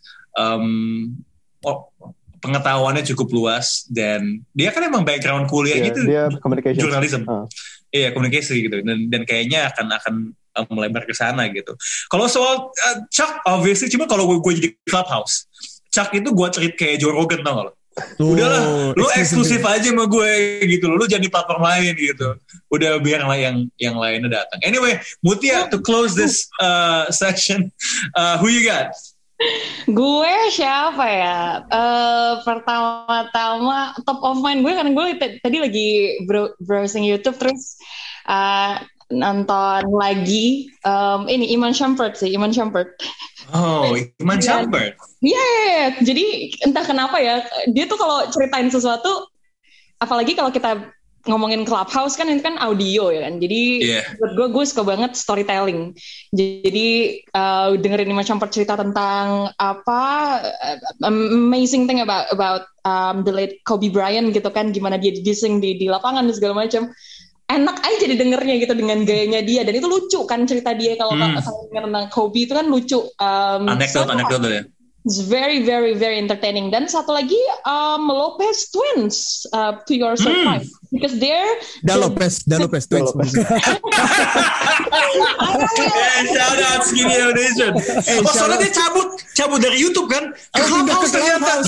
Pengetahuannya cukup luas dan dia kan emang background kuliah gitu, dia jurnalisme, komunikasi gitu, dan kayaknya akan melebar ke sana gitu. Kalau soal Chuck, obviously, cuma kalau gue jadi Clubhouse, Chuck itu gue treat kayak Joe Rogan, tau gak lo? Udahlah, lu eksklusif aja sama gue gitu loh, lu jadi platform lain gitu. Udah biar yang lainnya datang. Anyway, Mutia, to close this section, who you got? Gue siapa ya? Pertama-tama top of mind gue karena gue tadi lagi browsing YouTube terus nonton lagi ini Iman Shumpert. Oh, Iman Shumpert. Iya. Jadi entah kenapa ya, dia tuh kalau ceritain sesuatu, apalagi kalau kita ngomongin Clubhouse kan itu kan audio ya kan. Jadi buat gue suka banget storytelling. Jadi dengerin Iman Shumpert cerita tentang amazing thing about the late Kobe Bryant gitu kan, gimana dia dissing di lapangan dan segala macam. Enak aja didengarnya gitu dengan gayanya dia, dan itu lucu kan cerita dia kalau tentang Kobe itu kan lucu. Anekdot ya. It's very, very, very entertaining. Dan satu lagi, Lopez Twins, to your surprise. Because they're... Lopez Twins. Shout out Skinny Nation. Soalnya dia cabut dari YouTube kan? Ke Clubhouse ternyata.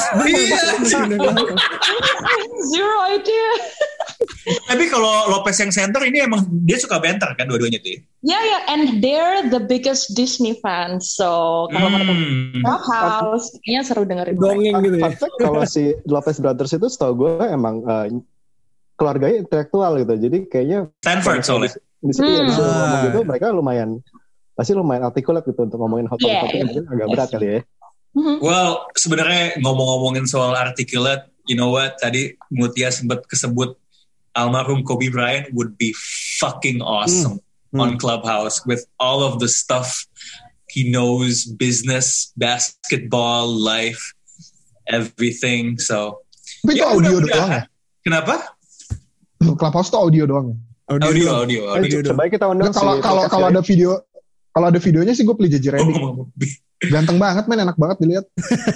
Zero idea. Tapi kalau Lopez yang center ini emang dia suka banter kan dua-duanya tuh ya? Yeah, and they're the biggest Disney fans. So kalau mereka Clubhouse, kayaknya seru dengerin. Dongeng gitu ya. Kalau si Lopez Brothers itu setahu gue emang keluarganya intelektual gitu. Jadi kayaknya Stanford soalnya. Bisa ngomong gitu, mereka pasti lumayan artikulat gitu untuk ngomongin hot topic mungkin agak berat kali ya. Well, sebenarnya ngomongin soal articulate, you know what? Tadi Mutia sempat kesebut almarhum Kobe Bryant would be fucking awesome on Clubhouse with all of the stuff he knows, business, basketball, life, everything. So, tapi itu audio doang ya? Kenapa? Clubhouse itu audio doang. Audio. Coba kita undang kalau ada video, kalau ada videonya sih gue pilih JJ Redick. Ganteng banget men, enak banget dilihat.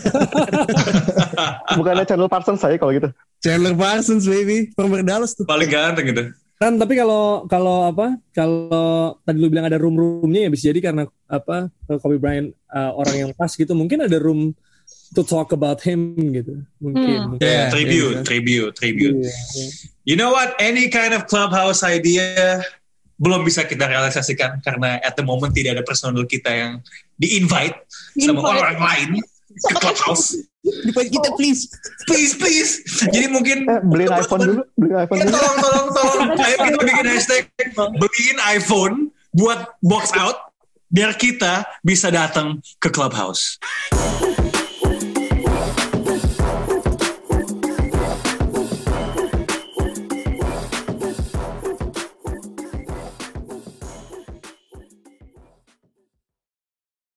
Bukannya Chandler Parsons saya kalau gitu. Chandler Parsons baby, pemain Dallas tuh. Paling ganteng gitu. Kan tapi kalau tadi lu bilang ada room-roomnya ya bisa jadi karena Kobe Bryant orang yang pas gitu, mungkin ada room to talk about him gitu. Mungkin. Yeah, tribute. Yeah. You know what? Any kind of Clubhouse idea belum bisa kita realisasikan karena at the moment tidak ada personal kita yang di-invite sama orang lain ke Clubhouse. Invite kita please. Jadi mungkin beliin iPhone dulu. Tolong. Ayo kita bikin hashtag beliin iPhone buat box out biar kita bisa datang ke Clubhouse.